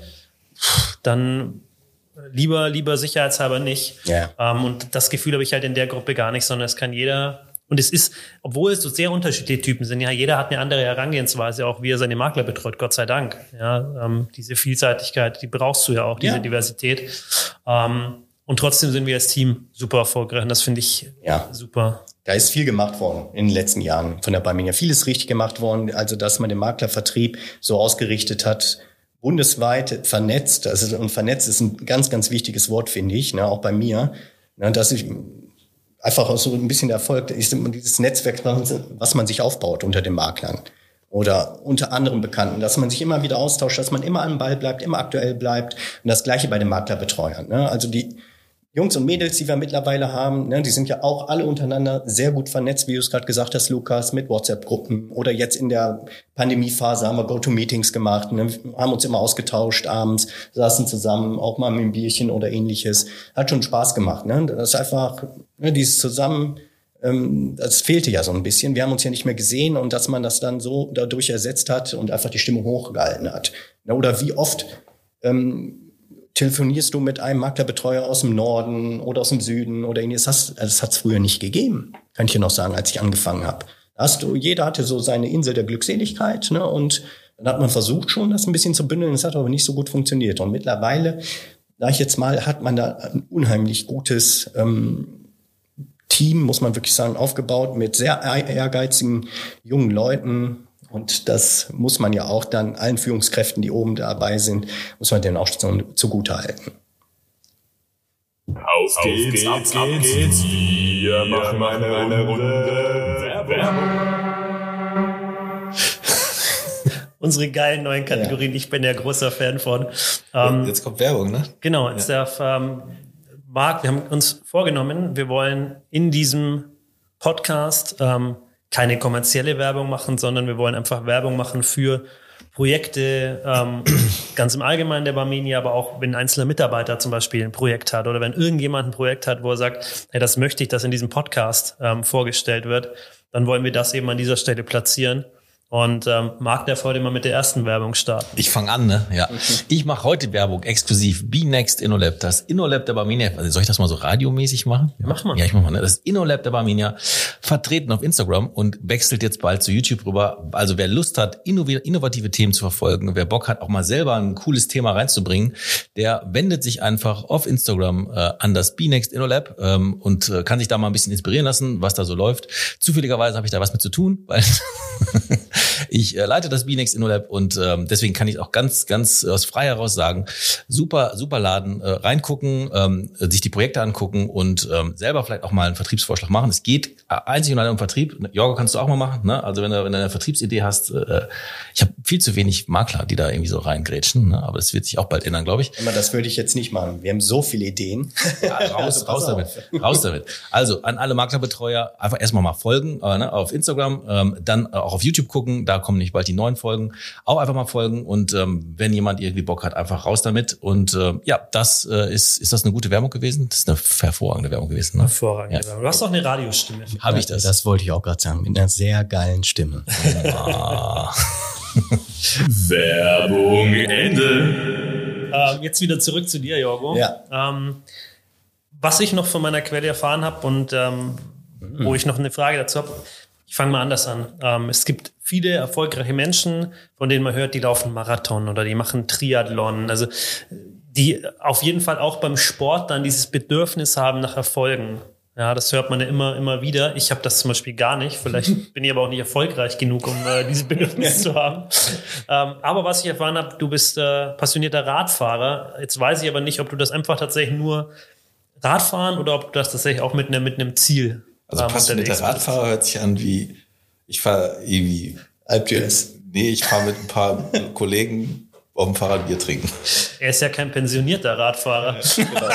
dann lieber, lieber sicherheitshalber nicht. Ja. Ähm, und das Gefühl habe ich halt in der Gruppe gar nicht, sondern es kann jeder. Und es ist, obwohl es so sehr unterschiedliche Typen sind, ja, jeder hat eine andere Herangehensweise, auch wie er seine Makler betreut, Gott sei Dank. Ja, ähm, diese Vielseitigkeit, die brauchst du ja auch, diese ja. Diversität. Ähm, und trotzdem sind wir als Team super erfolgreich und das finde ich ja. super. Da ist viel gemacht worden in den letzten Jahren von der Barmenia. Vieles richtig gemacht worden, also dass man den Maklervertrieb so ausgerichtet hat, bundesweit vernetzt. Also, und vernetzt ist ein ganz, ganz wichtiges Wort, finde ich, ne, auch bei mir, ne, dass ich einfach auch so ein bisschen der Erfolg ist dieses Netzwerk, was man sich aufbaut unter den Maklern oder unter anderen Bekannten, dass man sich immer wieder austauscht, dass man immer am Ball bleibt, immer aktuell bleibt und das Gleiche bei den Maklerbetreuern. Ne? Also die Jungs und Mädels, die wir mittlerweile haben, ne, die sind ja auch alle untereinander sehr gut vernetzt, wie du es gerade gesagt hast, Lukas, mit WhatsApp-Gruppen oder jetzt in der Pandemiephase haben wir Go-To-Meetings gemacht, ne, haben uns immer ausgetauscht abends, saßen zusammen, auch mal mit einem Bierchen oder ähnliches. Hat schon Spaß gemacht. Ne? Das ist einfach, ne, dieses Zusammen, ähm, das fehlte ja so ein bisschen. Wir haben uns ja nicht mehr gesehen und dass man das dann so dadurch ersetzt hat und einfach die Stimmung hochgehalten hat. Ne? Oder wie oft ähm, telefonierst du mit einem Maklerbetreuer aus dem Norden oder aus dem Süden oder ähnliches. Das, das hat es früher nicht gegeben, kann ich dir noch sagen, als ich angefangen habe. Hast du, jeder hatte so seine Insel der Glückseligkeit, ne? Und dann hat man versucht schon, das ein bisschen zu bündeln. Das hat aber nicht so gut funktioniert. Und mittlerweile, sag ich jetzt mal, hat man da ein unheimlich gutes ähm, Team, muss man wirklich sagen, aufgebaut mit sehr ehrgeizigen jungen Leuten. Und das muss man ja auch dann allen Führungskräften, die oben dabei sind, muss man denen auch zugute halten. Auf geht's, auf geht's, ab geht's. Wir machen eine, eine Runde Werbung. Unsere geilen neuen Kategorien, ja. Ich bin ja großer Fan von. Ähm, Jetzt kommt Werbung, ne? Genau, jetzt ja. darf ähm, Marc, wir haben uns vorgenommen, wir wollen in diesem Podcast ähm, keine kommerzielle Werbung machen, sondern wir wollen einfach Werbung machen für Projekte, ähm, ganz im Allgemeinen der Barmenia, aber auch wenn ein einzelner Mitarbeiter zum Beispiel ein Projekt hat oder wenn irgendjemand ein Projekt hat, wo er sagt, hey, das möchte ich, dass in diesem Podcast ähm, vorgestellt wird, dann wollen wir das eben an dieser Stelle platzieren. Und ähm, Marc darf heute mal mit der ersten Werbung starten. Ich fange an, ne? Ja. Okay. Ich mache heute Werbung exklusiv. B-Next InnoLab, das InnoLab der Barmenia. Soll ich das mal so radiomäßig machen? Ja, mach mal. Ja, ich mach mal. Ne? Das InnoLab der Barmenia, vertreten auf Instagram und wechselt jetzt bald zu YouTube rüber. Also wer Lust hat, innovative Themen zu verfolgen, wer Bock hat, auch mal selber ein cooles Thema reinzubringen, der wendet sich einfach auf Instagram äh, an das B-Next InnoLab ähm, und äh, kann sich da mal ein bisschen inspirieren lassen, was da so läuft. Zufälligerweise habe ich da was mit zu tun, weil ich äh, leite das B-Next InnoLab und ähm, deswegen kann ich auch ganz, ganz aus frei heraus sagen, super, super Laden, äh, reingucken, ähm, sich die Projekte angucken und ähm, selber vielleicht auch mal einen Vertriebsvorschlag machen. Es geht einzig und allein um Vertrieb. Jorgo, kannst du auch mal machen, ne? Also wenn du, wenn du eine Vertriebsidee hast, äh, ich habe viel zu wenig Makler, die da irgendwie so reingrätschen, ne? Aber das wird sich auch bald ändern, glaube ich. Aber das würde ich jetzt nicht machen. Wir haben so viele Ideen. Ja, raus, also, raus damit, raus damit. Also an alle Maklerbetreuer einfach erstmal mal folgen, äh, ne? Auf Instagram, ähm, dann auch auf YouTube gucken, da kommen nicht bald die neuen Folgen. Auch einfach mal folgen und ähm, wenn jemand irgendwie Bock hat, einfach raus damit. Und äh, ja, das äh, ist ist das eine gute Werbung gewesen? Das ist eine hervorragende Werbung gewesen. Ne? Hervorragende ja. Werbung. Du hast auch eine Radiostimme. Habe ich das? Das wollte ich auch gerade sagen, mit einer sehr geilen Stimme. Ah. Werbung Ende. Äh, jetzt wieder zurück zu dir, Jorgo. Ja. Ähm, was ich noch von meiner Quelle erfahren habe und ähm, mhm. wo ich noch eine Frage dazu habe, ich fange mal anders an. Ähm, es gibt viele erfolgreiche Menschen, von denen man hört, die laufen Marathon oder die machen Triathlon. Also die auf jeden Fall auch beim Sport dann dieses Bedürfnis haben nach Erfolgen. Ja, das hört man ja immer, immer wieder. Ich habe das zum Beispiel gar nicht. Vielleicht bin ich aber auch nicht erfolgreich genug, um äh, dieses Bedürfnis zu haben. Ähm, aber was ich erfahren habe, du bist äh, passionierter Radfahrer. Jetzt weiß ich aber nicht, ob du das einfach tatsächlich nur Radfahren oder ob du das tatsächlich auch mit, ne, mit einem Ziel. Also ähm, passionierter Radfahrer hört sich an wie, ich fahre irgendwie Alpdürs. Nee, ich fahre mit ein paar Kollegen auf dem Fahrrad Bier trinken. Er ist ja kein pensionierter Radfahrer. Ja, genau.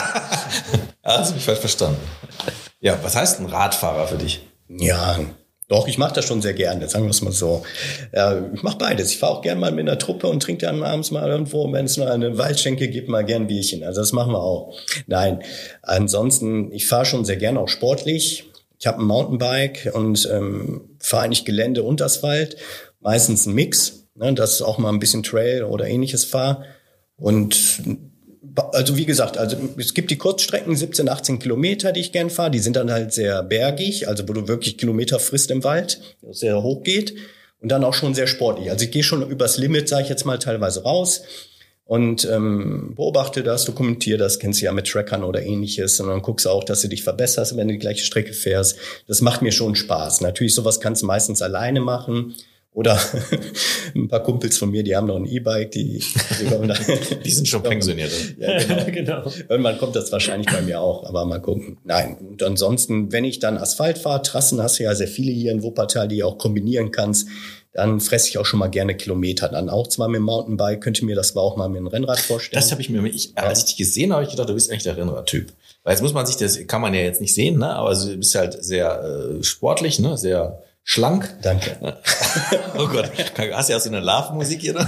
Also ich falsch verstanden. Ja, was heißt ein Radfahrer für dich? Ja, doch, ich mache das schon sehr gerne, sagen wir es mal so. Ja, ich mache beides. Ich fahre auch gerne mal mit einer Truppe und trinke dann abends mal irgendwo, wenn es noch eine Waldschenke gibt, mal gern ein Bierchen. Also das machen wir auch. Nein, ansonsten, ich fahre schon sehr gerne auch sportlich. Ich habe ein Mountainbike und ähm, fahre eigentlich Gelände und Asphalt. Meistens ein Mix, ne, dass ich auch mal ein bisschen Trail oder ähnliches fahre. Und also wie gesagt, also es gibt die Kurzstrecken, siebzehn, achtzehn Kilometer, die ich gern fahre. Die sind dann halt sehr bergig, also wo du wirklich Kilometer frisst im Wald, wo es sehr hoch geht. Und dann auch schon sehr sportlich. Also ich gehe schon übers Limit, sage ich jetzt mal, teilweise raus und ähm, beobachte das, dokumentiere das, kennst du ja mit Trackern oder ähnliches. Und dann guckst du auch, dass du dich verbesserst, wenn du die gleiche Strecke fährst. Das macht mir schon Spaß. Natürlich, sowas kannst du meistens alleine machen. Oder ein paar Kumpels von mir, die haben noch ein E-Bike, die, die, die sind schon pensioniert. Ja, genau. genau. Irgendwann kommt das wahrscheinlich bei mir auch, aber mal gucken. Nein, und ansonsten, wenn ich dann Asphalt fahre, Trassen hast du ja sehr viele hier in Wuppertal, die du auch kombinieren kannst, dann fresse ich auch schon mal gerne Kilometer. Dann auch zwar mit dem Mountainbike, könnte mir das aber auch mal mit dem Rennrad vorstellen. Das habe ich mir, ich, als ich dich gesehen habe, habe ich gedacht, du bist eigentlich der Rennradtyp. Weil jetzt muss man sich, das kann man ja jetzt nicht sehen, ne? Aber du bist halt sehr äh, sportlich, ne? Sehr schlank. Danke. Oh Gott, hast du ja so eine Love-Musik hier noch?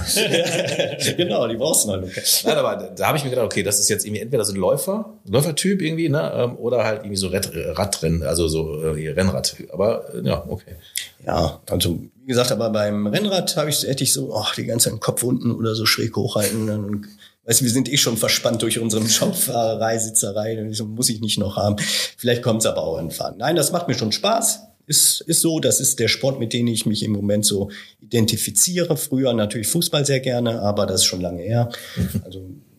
Genau, die brauchst du noch, Lukas. Nein, aber da habe ich mir gedacht, okay, das ist jetzt irgendwie entweder so ein Läufer, Läufertyp irgendwie, ne, oder halt irgendwie so Rad, Radrennen, also so äh, Rennrad. Aber äh, ja, okay. Ja, also wie gesagt, aber beim Rennrad habe ich hätte ich so, ach, die ganze Zeit den Kopf unten oder so schräg hochhalten. Und, weißt du, wir sind eh schon verspannt durch unsere Schaufahrerei, Sitzerei, so muss ich nicht noch haben. Vielleicht kommt es aber auch irgendwann. Nein, das macht mir schon Spaß. Ist, ist so, das ist der Sport, mit dem ich mich im Moment so identifiziere. Früher natürlich Fußball sehr gerne, aber das ist schon lange her. Also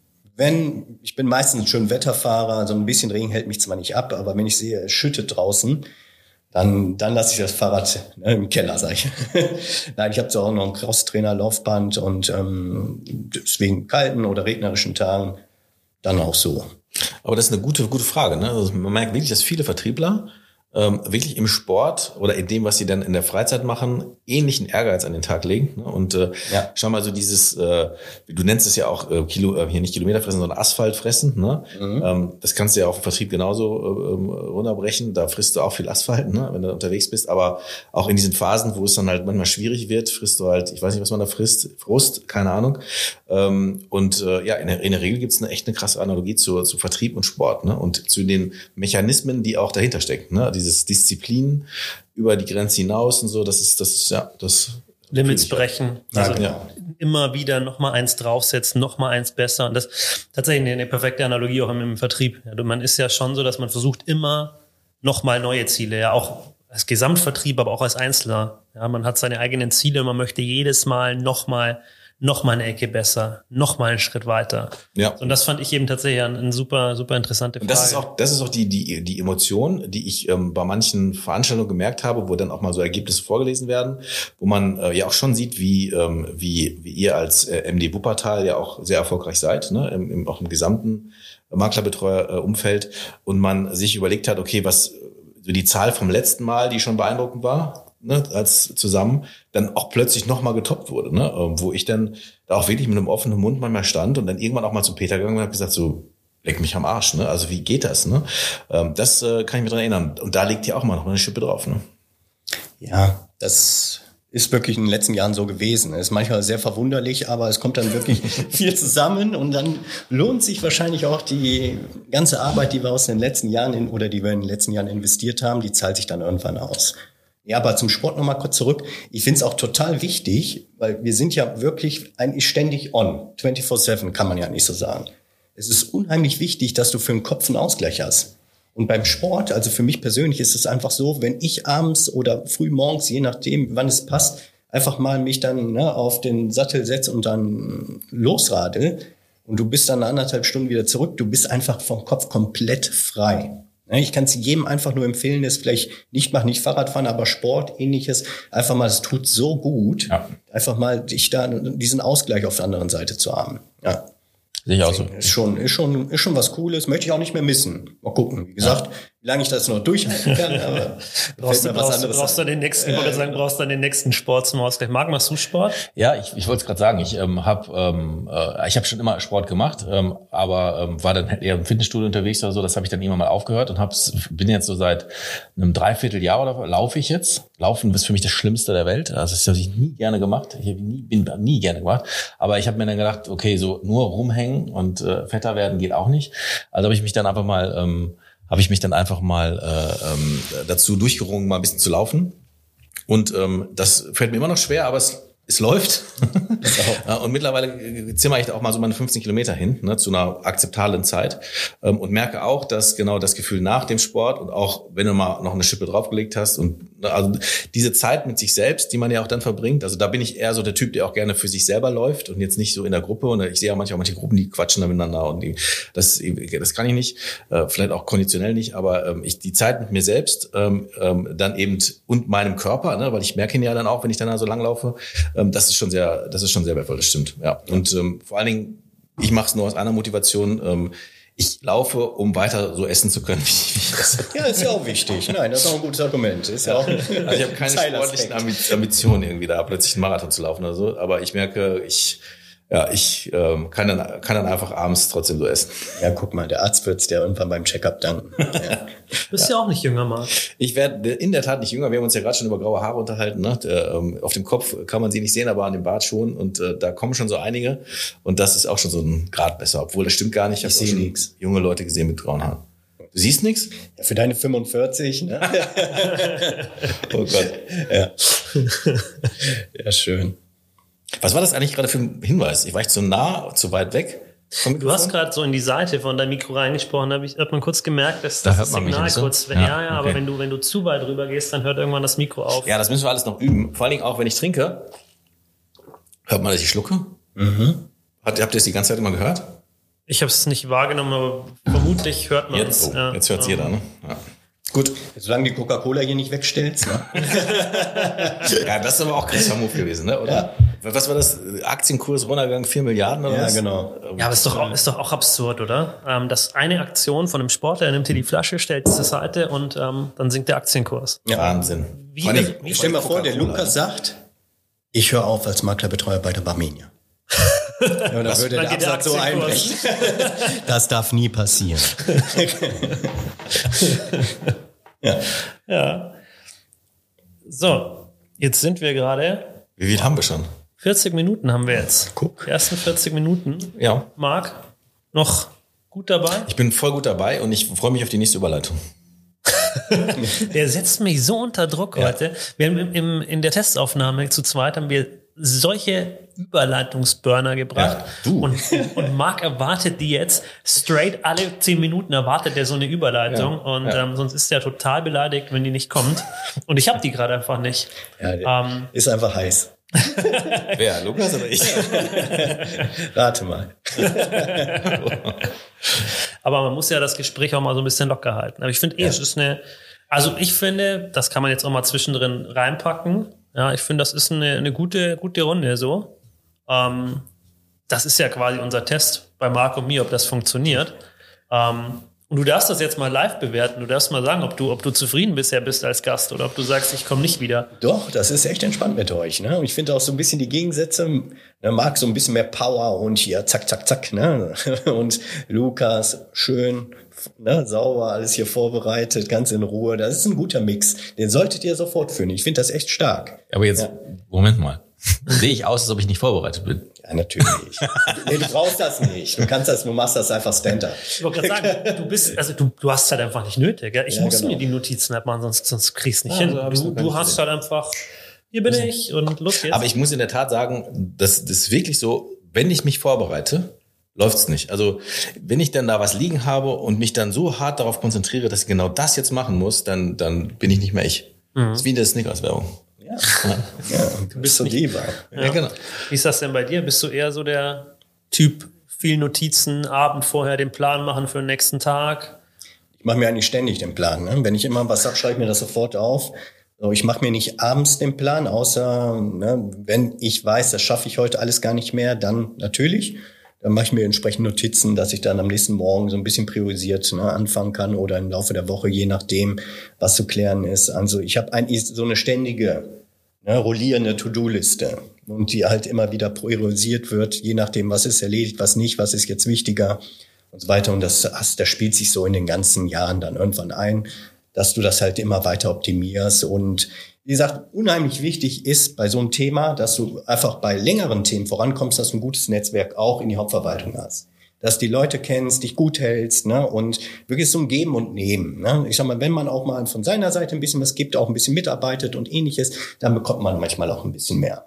wenn, ich bin meistens ein schön Wetterfahrer, so ein bisschen Regen hält mich zwar nicht ab, aber wenn ich sehe, es schüttet draußen, dann, dann lasse ich das Fahrrad ne, im Keller, sag ich. Nein, ich habe so auch noch einen Crosstrainer, Laufband und ähm, deswegen kalten oder regnerischen Tagen dann auch so. Aber das ist eine gute, gute Frage. Ne? Also man merkt wirklich, dass viele Vertriebler ähm, wirklich im Sport oder in dem, was sie dann in der Freizeit machen, ähnlichen Ehrgeiz an den Tag legen. Ne? Und äh, ja. schau mal so dieses, äh, du nennst es ja auch äh, Kilo, äh, hier nicht Kilometer fressen, sondern Asphalt fressen. Ne? Mhm. Ähm, das kannst du ja auch im Vertrieb genauso äh, runterbrechen. Da frisst du auch viel Asphalt, ne? wenn du unterwegs bist. Aber auch in diesen Phasen, wo es dann halt manchmal schwierig wird, frisst du halt, ich weiß nicht, was man da frisst, Frust, keine Ahnung. Ähm, und äh, ja, in der, in der Regel gibt es eine echt eine krasse Analogie zu, zu Vertrieb und Sport, ne? Und zu den Mechanismen, die auch dahinter stecken, ne? Dieses Disziplin über die Grenze hinaus und so, das ist, das ist, ja, das Limits brechen, also ja, ja. immer wieder noch mal eins draufsetzen, noch mal eins besser und das tatsächlich eine perfekte Analogie auch im, im Vertrieb. Ja, man ist ja schon so, dass man versucht immer noch mal neue Ziele, ja auch als Gesamtvertrieb, aber auch als Einzelner. Ja, man hat seine eigenen Ziele und man möchte jedes Mal noch mal noch mal eine Ecke besser, noch mal einen Schritt weiter. Ja. Und das fand ich eben tatsächlich eine, eine super, super interessante Frage. Und das ist auch, das ist auch die, die, die Emotion, die ich ähm, bei manchen Veranstaltungen gemerkt habe, wo dann auch mal so Ergebnisse vorgelesen werden, wo man äh, ja auch schon sieht, wie, ähm, wie, wie ihr als äh, M D Wuppertal ja auch sehr erfolgreich seid, ne, im, im, auch im gesamten Maklerbetreuer-Umfeld, und man sich überlegt hat, okay, was, so die Zahl vom letzten Mal, die schon beeindruckend war, ne, als zusammen, dann auch plötzlich nochmal getoppt wurde, ne, wo ich dann da auch wirklich mit einem offenen Mund manchmal stand und dann irgendwann auch mal zu Peter gegangen und habe gesagt, so, leck mich am Arsch, ne, also wie geht das, ne, das äh, kann ich mich dran erinnern, und da liegt ja auch mal noch eine Schippe drauf, ne. Ja, das ist wirklich in den letzten Jahren so gewesen. Ist manchmal sehr verwunderlich, aber es kommt dann wirklich viel zusammen und dann lohnt sich wahrscheinlich auch die ganze Arbeit, die wir aus den letzten Jahren in, oder die wir in den letzten Jahren investiert haben, die zahlt sich dann irgendwann aus. Ja, aber zum Sport nochmal kurz zurück. Ich finde es auch total wichtig, weil wir sind ja wirklich eigentlich ständig on. vierundzwanzig sieben kann man ja nicht so sagen. Es ist unheimlich wichtig, dass du für den Kopf einen Ausgleich hast. Und beim Sport, also für mich persönlich ist es einfach so, wenn ich abends oder früh morgens, je nachdem, wann es passt, einfach mal mich dann ne, auf den Sattel setze und dann losradel und du bist dann eine anderthalb Stunden wieder zurück, du bist einfach vom Kopf komplett frei. Ich kann es jedem einfach nur empfehlen, das vielleicht nicht macht, nicht Fahrradfahren, aber Sport, ähnliches, einfach mal, es tut so gut, ja. einfach mal dich da diesen Ausgleich auf der anderen Seite zu haben. Ja. Sehe ich auch so. Ist schon, ist schon, ist schon was Cooles, möchte ich auch nicht mehr missen. Mal gucken, wie gesagt, ja. wie lange ich das noch durchhalten kann, aber brauchst du, was brauchst, anderes brauchst du den nächsten, äh, oder sagen, brauchst du den nächsten Sport zum Ausgleich. Marc, machst du Sport? Ja, ich, ich wollte es gerade sagen, ich ähm, habe ähm, äh, ich habe schon immer Sport gemacht, ähm, aber ähm, war dann eher im Fitnessstudio unterwegs oder so, das habe ich dann irgendwann mal aufgehört und hab's, bin jetzt so seit einem Dreivierteljahr oder laufe ich jetzt. Laufen ist für mich das Schlimmste der Welt, also das habe ich nie gerne gemacht, ich habe nie, bin nie gerne gemacht, aber ich habe mir dann gedacht, okay, so nur rumhängen und äh, fetter werden geht auch nicht. Also habe ich mich dann einfach mal ähm, habe ich mich dann einfach mal äh, ähm, dazu durchgerungen, mal ein bisschen zu laufen. Und ähm, das fällt mir immer noch schwer, aber es es läuft. Und mittlerweile zimmer ich auch mal so meine fünfzehn Kilometer hin, ne, zu einer akzeptablen Zeit. Ähm, und merke auch, dass genau das Gefühl nach dem Sport und auch wenn du mal noch eine Schippe draufgelegt hast und also diese Zeit mit sich selbst, die man ja auch dann verbringt, also da bin ich eher so der Typ, der auch gerne für sich selber läuft und jetzt nicht so in der Gruppe. Und ich sehe ja manchmal manche Gruppen, die quatschen da miteinander und die, das, das kann ich nicht, äh, vielleicht auch konditionell nicht, aber ähm, ich die Zeit mit mir selbst ähm, ähm, dann eben und meinem Körper, ne, weil ich merke ihn ja dann auch, wenn ich dann so lang laufe, ähm, das ist schon sehr, das ist schon sehr wertvoll, das stimmt, ja. Und ähm, vor allen Dingen, ich mache es nur aus einer Motivation. Ähm, Ich laufe, um weiter so essen zu können, wie ich das. Ja, ist ja auch wichtig. Nein, das ist auch ein gutes Argument. Ist ja auch also ich habe keine sportlichen Ambitionen, irgendwie da plötzlich einen Marathon zu laufen oder so. Aber ich merke, ich ja, ich ähm, kann dann kann dann einfach abends trotzdem so essen. Ja, guck mal, der Arzt wird's dir irgendwann beim Check-up danken. Ja. Du bist ja. ja auch nicht jünger, Marc. Ich werde in der Tat nicht jünger. Wir haben uns ja gerade schon über graue Haare unterhalten. Ne? Der, ähm, auf dem Kopf kann man sie nicht sehen, aber an dem Bart schon. Und äh, da kommen schon so einige. Und das ist auch schon so ein Grad besser. Obwohl, das stimmt gar nicht. Ich, ich sehe nichts. Junge Leute gesehen mit grauen Haaren. Du siehst nichts? Ja, für deine fünfundvierzig, ne? Oh Gott. Ja. Ja, schön. Was war das eigentlich gerade für ein Hinweis? Ich war ich zu nah, zu weit weg? Du hast gerade so in die Seite von deinem Mikro reingesprochen, da hat man kurz gemerkt, dass da das Signal so? kurz, wenn, ja, ja, ja okay. Aber wenn du, wenn du zu weit rüber gehst, dann hört irgendwann das Mikro auf. Ja, das müssen wir alles noch üben. Vor allen Dingen auch, wenn ich trinke. Hört man, dass ich schlucke? Mhm. Habt, habt ihr es die ganze Zeit immer gehört? Ich habe es nicht wahrgenommen, aber vermutlich hört man es. Jetzt, oh, ja. Jetzt hört es jeder, ne? Ja. Gut, solange die Coca-Cola hier nicht wegstellst. Ne? Ja, das ist aber auch krasser Move gewesen, ne? Oder? Ja. Was war das? Aktienkurs runtergegangen, vier Milliarden oder Ja, was? genau. Ja, aber ist doch auch, ist doch auch absurd, oder? Ähm, dass eine Aktion von einem Sportler, er nimmt hier die Flasche, stellt sie zur Seite und ähm, dann sinkt der Aktienkurs. Ja. Wahnsinn. Wie- Vor allem- wie- Stell dir mal vor, der Coca-Cola, Lukas sagt, ich höre auf als Maklerbetreuer bei der Barmenia. Ja, und dann würde dann der geht der Absatz so Aktienkurs. einbrechen. Das darf nie passieren. Ja. Ja. So, jetzt sind wir gerade, Wie viel haben wir schon? vierzig Minuten haben wir jetzt. Guck. Die ersten vierzig Minuten. Ja. Marc, noch gut dabei? Ich bin voll gut dabei und ich freue mich auf die nächste Überleitung. Der setzt mich so unter Druck Ja. heute. Wir haben im, im, in der Testaufnahme zu zweit haben wir solche Überleitungsburner gebracht. Ja, du. Und, und Marc erwartet die jetzt straight alle zehn Minuten erwartet er so eine Überleitung. Ja, und ja. Ähm, sonst ist er total beleidigt, wenn die nicht kommt. Und ich habe die gerade einfach nicht. Ja, der Ähm, ist einfach heiß. Wer, Lukas oder ich? Rate mal. Aber man muss ja das Gespräch auch mal so ein bisschen locker halten. Aber ich finde eh, es ist eine, also ich finde, das kann man jetzt auch mal zwischendrin reinpacken. Ja, ich finde, das ist eine, eine gute, gute Runde so. Ähm, das ist ja quasi unser Test bei Marc und mir, ob das funktioniert. Ähm, und du darfst das jetzt mal live bewerten. Du darfst mal sagen, ob du, ob du zufrieden bisher bist als Gast oder ob du sagst, ich komme nicht wieder. Doch, das ist echt entspannt mit euch. Ne? Und ich finde auch so ein bisschen die Gegensätze. Ne, Marc so ein bisschen mehr Power und hier zack, zack, zack. Ne? Und Lukas schön, ne, sauber, alles hier vorbereitet, ganz in Ruhe. Das ist ein guter Mix. Den solltet ihr sofort führen. Ich finde das echt stark. Aber jetzt, Ja. Moment mal. Sehe ich aus, als ob ich nicht vorbereitet bin? Ja, natürlich. Nee, du brauchst das nicht. Du kannst das, du machst das einfach Standard. Ich wollte gerade sagen, du bist, also du, du hast halt einfach nicht nötig. Gell? Ich Ja, muss genau. mir die Notizen nicht machen, sonst, sonst kriegst du nicht Ah, hin. so hab ich's Du, noch gar du nicht hast gesehen. halt einfach, hier bin ich und los geht's. Aber ich muss in der Tat sagen, das, das ist wirklich so, wenn ich mich vorbereite, läuft's nicht. Also wenn ich dann da was liegen habe und mich dann so hart darauf konzentriere, dass ich genau das jetzt machen muss, dann, dann bin ich nicht mehr ich. Das ist wie in der Snickers-Werbung. Ja, ja du bist so Diva. Ja, genau. Wie ist das denn bei dir? Bist du eher so der Typ, viel Notizen, Abend vorher den Plan machen für den nächsten Tag? Ich mache mir eigentlich ständig den Plan. Ne? Wenn ich immer was hab, schreibe ich mir das sofort auf. So, ich mache mir nicht abends den Plan, außer ne, wenn ich weiß, das schaffe ich heute alles gar nicht mehr, dann natürlich. Dann mache ich mir entsprechend Notizen, dass ich dann am nächsten Morgen so ein bisschen priorisiert ne, anfangen kann oder im Laufe der Woche, je nachdem, was zu klären ist. Also ich habe eigentlich so eine ständige, ne, rollierende To-Do-Liste und die halt immer wieder priorisiert wird, je nachdem, was ist erledigt, was nicht, was ist jetzt wichtiger und so weiter. Und das, das spielt sich so in den ganzen Jahren dann irgendwann ein, dass du das halt immer weiter optimierst. Und wie gesagt, unheimlich wichtig ist bei so einem Thema, dass du einfach bei längeren Themen vorankommst, dass du ein gutes Netzwerk auch in die Hauptverwaltung hast. Dass die Leute kennst, dich gut hältst, ne, und wirklich so ein Geben und Nehmen, ne. Ich sag mal, wenn man auch mal von seiner Seite ein bisschen was gibt, auch ein bisschen mitarbeitet und ähnliches, dann bekommt man manchmal auch ein bisschen mehr.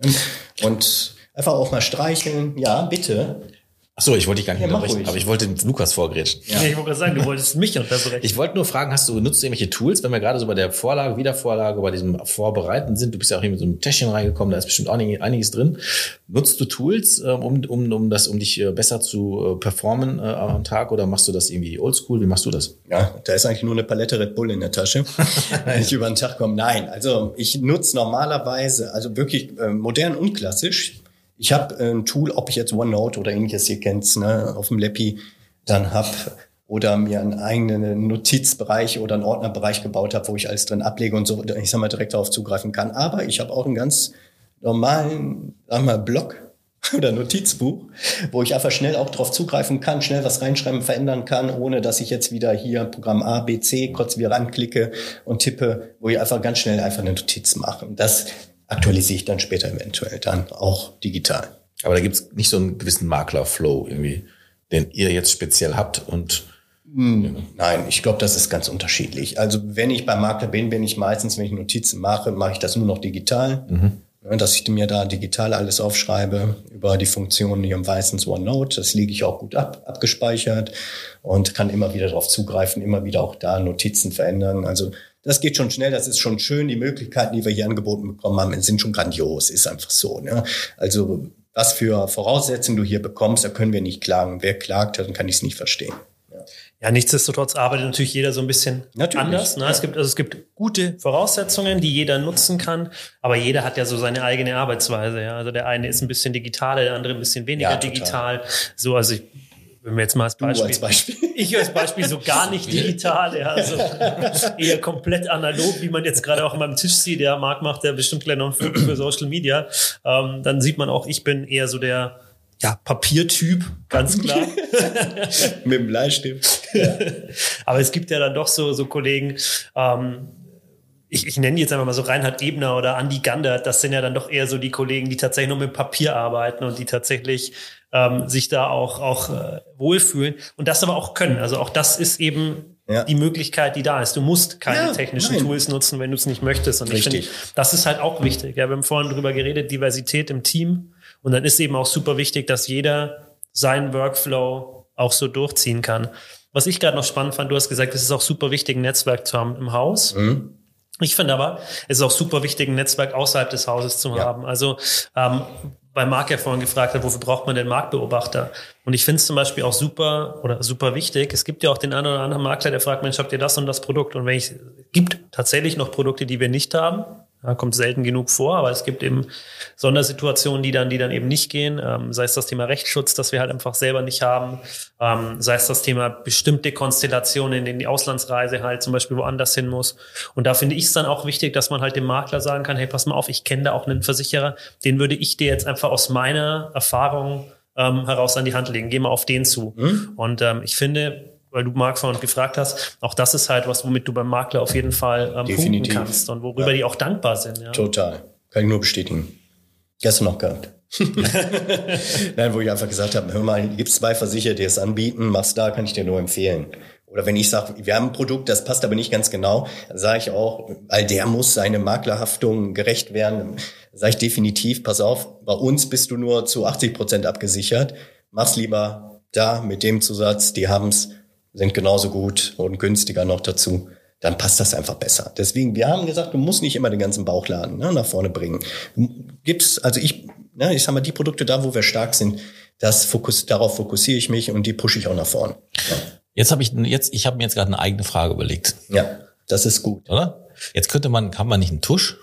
Und einfach auch mal streicheln, ja, bitte. Ach so, ich wollte dich gar nicht Ja, mach unterbrechen, ruhig. aber ich wollte Lukas vorgrätschen. Ja. Ich wollte gerade sagen, du wolltest mich unterbrechen. Ich wollte nur fragen, hast du, nutzt du irgendwelche Tools, wenn wir gerade so bei der Vorlage, Wiedervorlage, bei diesem Vorbereiten sind? Du bist ja auch hier mit so einem Täschchen reingekommen, da ist bestimmt auch einiges drin. Nutzt du Tools, um, um, um das, um dich besser zu performen äh, am Tag, oder machst du das irgendwie oldschool? Wie machst du das? Ja, da ist eigentlich nur eine Palette Red Bull in der Tasche, wenn ich über den Tag komme. Nein, also ich nutze normalerweise, also wirklich äh, modern und klassisch. Ich habe ein Tool, ob ich jetzt OneNote oder ähnliches hier kennt, ne, auf dem Lappi dann hab oder mir einen eigenen Notizbereich oder einen Ordnerbereich gebaut habe, wo ich alles drin ablege und so, ich sag mal, direkt darauf zugreifen kann. Aber ich habe auch einen ganz normalen, sag mal, Blog oder Notizbuch, wo ich einfach schnell auch drauf zugreifen kann, schnell was reinschreiben, verändern kann, ohne dass ich jetzt wieder hier Programm A, B, C kurz wieder ranklicke und tippe, wo ich einfach ganz schnell einfach eine Notiz mache. Und das aktualisiere ich dann später eventuell dann auch digital. Aber da gibt's nicht so einen gewissen Makler-Flow irgendwie, den ihr jetzt speziell habt und Nein, ich glaube, das ist ganz unterschiedlich. Also wenn ich beim Makler bin, bin ich meistens, wenn ich Notizen mache, mache ich das nur noch digital. Mhm. Ja, dass ich mir da digital alles aufschreibe über die Funktionen hier im meistens OneNote. Das lege ich auch gut ab, abgespeichert und kann immer wieder darauf zugreifen, immer wieder auch da Notizen verändern. Also das geht schon schnell, das ist schon schön. Die Möglichkeiten, die wir hier angeboten bekommen haben, sind schon grandios, ist einfach so. Ne? Also was für Voraussetzungen du hier bekommst, da können wir nicht klagen. Wer klagt, dann kann ich es nicht verstehen. Ja. Ja, nichtsdestotrotz arbeitet natürlich jeder so ein bisschen natürlich, anders. Ne? Ja. Es gibt, also es gibt gute Voraussetzungen, die jeder nutzen kann, aber jeder hat ja so seine eigene Arbeitsweise. Ja? Also der eine ist ein bisschen digitaler, der andere ein bisschen weniger Ja, digital. So, also ich, wenn wir jetzt mal als Beispiel, als Beispiel. ich als Beispiel so gar nicht digital, ja, also eher komplett analog, wie man jetzt gerade auch an meinem Tisch sieht. Der Marc macht ja bestimmt gleich noch ein Foto für Social Media. Ähm, dann sieht man auch, ich bin eher so der ja, Papiertyp, ganz klar. Mit dem Bleistift. Ja. Aber es gibt ja dann doch so, so Kollegen, ähm, ich, ich nenne die jetzt einfach mal so Reinhard Ebner oder Andi Gandert, das sind ja dann doch eher so die Kollegen, die tatsächlich nur mit Papier arbeiten und die tatsächlich ähm, sich da auch, auch äh, wohlfühlen und das aber auch können. Also auch das ist eben ja. die Möglichkeit, die da ist. Du musst keine ja, technischen nein. Tools nutzen, wenn du es nicht möchtest. Und Richtig. ich finde, das ist halt auch wichtig. Ja, wir haben vorhin drüber geredet, Diversität im Team. Und dann ist eben auch super wichtig, dass jeder seinen Workflow auch so durchziehen kann. Was ich gerade noch spannend fand, du hast gesagt, es ist auch super wichtig, ein Netzwerk zu haben im Haus. Mhm. Ich finde aber, es ist auch super wichtig, ein Netzwerk außerhalb des Hauses zu ja. haben. Also, ähm, weil Marc ja vorhin gefragt hat, wofür braucht man denn Marktbeobachter? Und ich finde es zum Beispiel auch super oder super wichtig. Es gibt ja auch den einen oder anderen Makler, der fragt, Mensch, habt ihr das und das Produkt? Und wenn ich, es gibt tatsächlich noch Produkte, die wir nicht haben. Ja, kommt selten genug vor, aber es gibt eben Sondersituationen, die dann, die dann eben nicht gehen. Ähm, sei es das Thema Rechtsschutz, das wir halt einfach selber nicht haben. Ähm, sei es das Thema bestimmte Konstellationen, in denen die Auslandsreise halt zum Beispiel woanders hin muss. Und da finde ich es dann auch wichtig, dass man halt dem Makler sagen kann, hey, pass mal auf, ich kenne da auch einen Versicherer, den würde ich dir jetzt einfach aus meiner Erfahrung ähm, heraus an die Hand legen. Geh mal auf den zu. Mhm. Und ähm, ich finde, weil du Marc vorhin gefragt hast, auch das ist halt was, womit du beim Makler auf jeden Fall ähm, punkten kannst und worüber ja. die auch dankbar sind. Ja. Total. Kann ich nur bestätigen. Gestern noch gehabt. Nein, wo ich einfach gesagt habe, hör mal, gibt es zwei Versicherer, die es anbieten, mach's da, kann ich dir nur empfehlen. Oder wenn ich sage, wir haben ein Produkt, das passt aber nicht ganz genau, dann sage ich auch, weil der muss seine Maklerhaftung gerecht werden, sage ich definitiv, pass auf, bei uns bist du nur zu achtzig Prozent abgesichert, mach's lieber da mit dem Zusatz, die haben's, sind genauso gut und günstiger noch dazu, dann passt das einfach besser. Deswegen, wir haben gesagt, du musst nicht immer den ganzen Bauchladen ne, nach vorne bringen. Gibt's, also ich, ne, ich sag mal, die Produkte da, wo wir stark sind, das fokus, darauf fokussiere ich mich und die pushe ich auch nach vorne. Ja. Jetzt habe ich jetzt, ich habe mir jetzt gerade eine eigene Frage überlegt. Ja, das ist gut, oder? Jetzt könnte man, kann man nicht einen Tusch?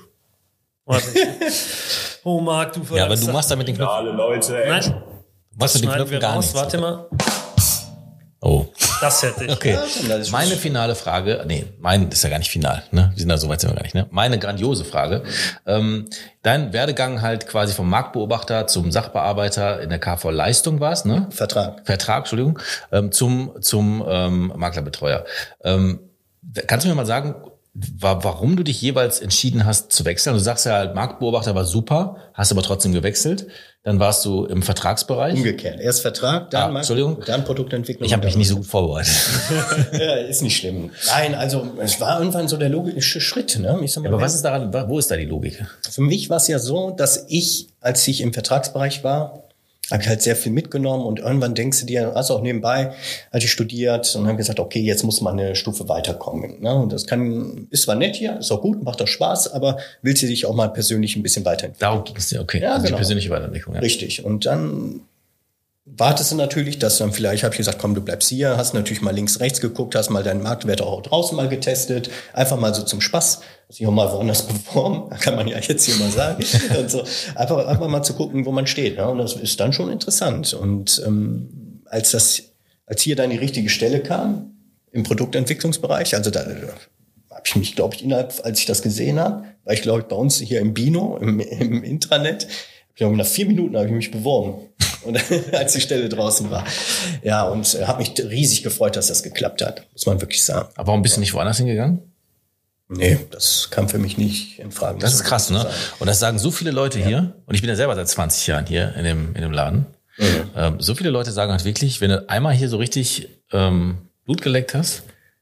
Oh Marc, du Ja, aber du machst da mit den Knöpfen. Alle Leute. Ey. Nein, du machst mit den Knöpfen gar nichts. Warte mal. Oh. Das hätte ich. Okay. Meine finale Frage, nee, mein ist ja gar nicht final, ne? Wir sind da so weit sind wir gar nicht, ne? Meine grandiose Frage. Ähm, dein Werdegang halt quasi vom Marktbeobachter zum Sachbearbeiter in der K V Leistung war's, ne? Vertrag. Vertrag, Entschuldigung, ähm, zum zum ähm, Maklerbetreuer. Ähm, kannst du mir mal sagen, wa- warum du dich jeweils entschieden hast zu wechseln? Du sagst ja halt, Marktbeobachter war super, hast aber trotzdem gewechselt. Dann warst du im Vertragsbereich. Umgekehrt. Erst Vertrag, dann, ah, Entschuldigung. dann Produktentwicklung. Ich habe mich nicht so gut vorbereitet. Ja, ist nicht schlimm. Nein, also es war irgendwann so der logische Schritt. Ne? Ich sag mal, aber was ist daran, wo ist da die Logik? Für mich war es ja so, dass ich, als ich im Vertragsbereich war, habe ich halt sehr viel mitgenommen und irgendwann denkst du dir, also auch nebenbei, hatte ich studiert und habe gesagt, okay, jetzt muss man eine Stufe weiterkommen. Ne? Und das kann, ist zwar nett hier, ist auch gut, macht auch Spaß, aber willst du dich auch mal persönlich ein bisschen weiterentwickeln? Darum ging es dir, okay. Ja, also genau. Die persönliche Weiterentwicklung. Ja. Richtig. Und dann wartest du natürlich, dass dann vielleicht, habe ich gesagt, komm, du bleibst hier, hast natürlich mal links, rechts geguckt, hast mal deinen Marktwert auch draußen mal getestet, einfach mal so zum Spaß, sich auch mal woanders beworben, kann man ja jetzt hier mal sagen, und so. einfach, einfach mal zu gucken, wo man steht, ne? Und das ist dann schon interessant. Und ähm, als das, als hier dann die richtige Stelle kam, im Produktentwicklungsbereich, also da habe ich mich, glaube ich, innerhalb, als ich das gesehen habe, war ich, glaube ich, bei uns hier im Bino, im, im Intranet, ich glaube, nach vier Minuten habe ich mich beworben. Und als die Stelle draußen war. Ja, und äh, habe mich riesig gefreut, dass das geklappt hat, muss man wirklich sagen. Aber warum bist du nicht woanders hingegangen? Nee, das kam für mich nicht in Frage. Das ist krass, ne? Und das sagen so viele Leute ja. hier, und ich bin ja selber seit zwanzig Jahren hier in dem, in dem Laden. Mhm. Ähm, so viele Leute sagen halt wirklich, wenn du einmal hier so richtig ähm, Blut geleckt hast,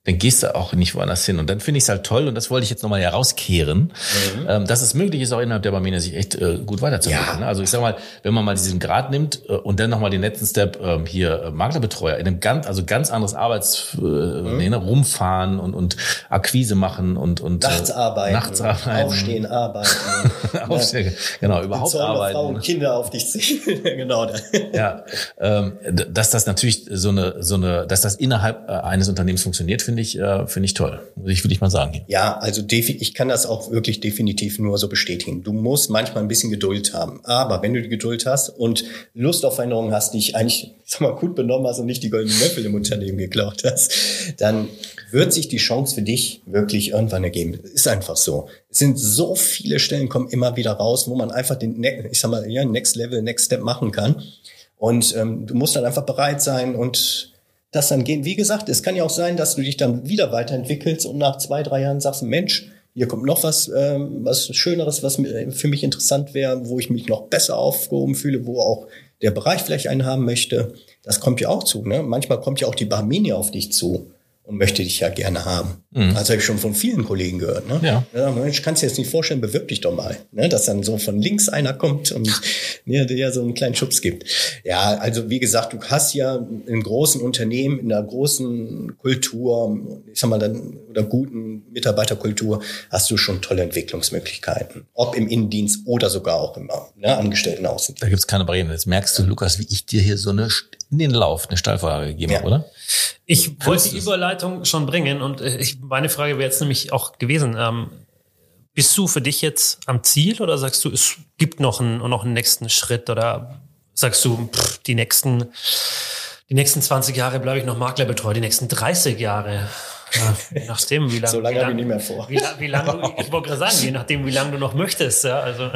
dann gehst du auch nicht woanders hin. Und dann finde ich es halt toll, und das wollte ich jetzt nochmal herauskehren, mhm. ähm, dass es möglich ist, auch innerhalb der Barmenia sich echt äh, gut weiterzuentwickeln. Ja. Ne? Also ich sag mal, wenn man mal diesen Grad nimmt äh, und dann nochmal den letzten Step äh, hier äh, Maklerbetreuer in einem ganz, also ganz anderes Arbeits, äh, mhm. nee, ne, rumfahren und, und Akquise machen und, und nachts arbeiten, nachts arbeiten. Aufstehen, arbeiten. Aufstehen, genau, überhaupt arbeiten. Frauen und Kinder auf dich ziehen. Genau. Ja, ähm, dass das natürlich so eine, so eine, dass das innerhalb äh, eines Unternehmens funktioniert, finde ich, äh, finde ich toll. Muss ich wirklich mal sagen hier. Ja, also defi- ich kann das auch wirklich definitiv nur so bestätigen. Du musst manchmal ein bisschen Geduld haben. Aber wenn du die Geduld hast und Lust auf Veränderungen hast, die ich eigentlich, sag mal, gut benommen hast und nicht die goldenen Löffel im Unternehmen geklaut hast, dann wird sich die Chance für dich wirklich irgendwann ergeben. Ist einfach so. Es sind so viele Stellen, kommen immer wieder raus, wo man einfach den, ich sag mal, ja, Next Level, Next Step machen kann. Und ähm, du musst dann einfach bereit sein und das dann gehen. Wie gesagt, es kann ja auch sein, dass du dich dann wieder weiterentwickelst und nach zwei, drei Jahren sagst, Mensch, hier kommt noch was, ähm, was Schöneres, was für mich interessant wäre, wo ich mich noch besser aufgehoben fühle, wo auch der Bereich vielleicht einen haben möchte. Das kommt ja auch zu. Ne? Manchmal kommt ja auch die Barmenia auf dich zu und möchte dich ja gerne haben. Mhm. Das habe ich schon von vielen Kollegen gehört. Ne? Ja. Ja, Mensch, kannst dir jetzt nicht vorstellen, bewirb dich doch mal. Ne? Dass dann so von links einer kommt und mir der so einen kleinen Schubs gibt. Ja, also wie gesagt, du hast ja in großen Unternehmen, in einer großen Kultur, ich sag mal dann, oder guten Mitarbeiterkultur, hast du schon tolle Entwicklungsmöglichkeiten. Ob im Innendienst oder sogar auch im ne, Angestelltenaußen. Da gibt's keine Barrieren. Jetzt merkst du, Lukas, wie ich dir hier so eine in den Lauf eine Steilvorlage gegeben ja. habe, oder? Ich wollte die Überleitung schon bringen und ich, meine Frage wäre jetzt nämlich auch gewesen, ähm, bist du für dich jetzt am Ziel oder sagst du, es gibt noch einen, noch einen nächsten Schritt oder sagst du, pff, die nächsten, die nächsten zwanzig Jahre bleibe ich noch Maklerbetreuer, die nächsten dreißig Jahre? Ja, je nachdem, wie lange. So lange habe ich nicht mehr vor. Wie, wie lange du, ich wollte gerade sagen, je nachdem, wie lange du noch möchtest. Ja, also.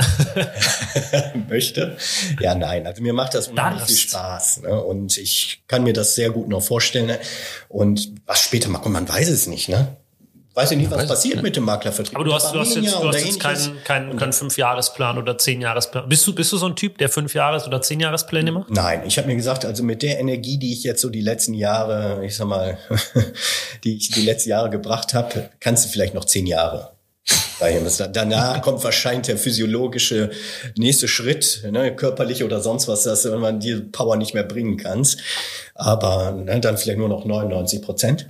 Möchte? Ja, nein. Also mir macht das unheimlich viel Spaß. Ne? Und ich kann mir das sehr gut noch vorstellen. Ne? Und was später macht, man weiß es nicht. Ne? Weiß ja nicht, was passiert ne? mit dem Maklervertrieb. Aber du hast, du hast jetzt, du hast jetzt keinen, keinen, keinen Fünfjahresplan oder Zehnjahresplan. Bist du, bist du so ein Typ, der Fünfjahres- oder Zehnjahrespläne macht? Nein, ich habe mir gesagt, also mit der Energie, die ich jetzt so die letzten Jahre, ich sag mal, die ich die letzten Jahre gebracht habe, kannst du vielleicht noch zehn Jahre. Danach kommt wahrscheinlich der physiologische nächste Schritt, ne, körperlich oder sonst was, dass du irgendwann die Power nicht mehr bringen kannst. Aber ne, dann vielleicht nur noch neunundneunzig Prozent.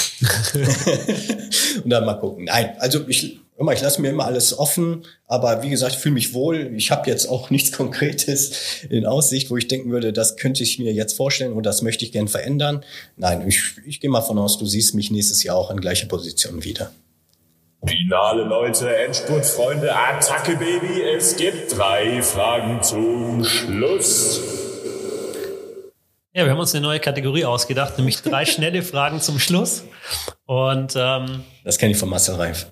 Und dann mal gucken. Nein, also ich, immer, ich lasse mir immer alles offen, aber wie gesagt, ich fühle mich wohl. Ich habe jetzt auch nichts Konkretes in Aussicht, wo ich denken würde, das könnte ich mir jetzt vorstellen und das möchte ich gern verändern. Nein, ich, ich gehe mal von aus, du siehst mich nächstes Jahr auch in gleicher Position wieder. Finale, Leute, Endspurt, Freunde, Attacke, Baby. Es gibt drei Fragen zum Schluss. Ja, wir haben uns eine neue Kategorie ausgedacht, nämlich drei schnelle Fragen zum Schluss. Und ähm, das kenne ich von Marcel Reif.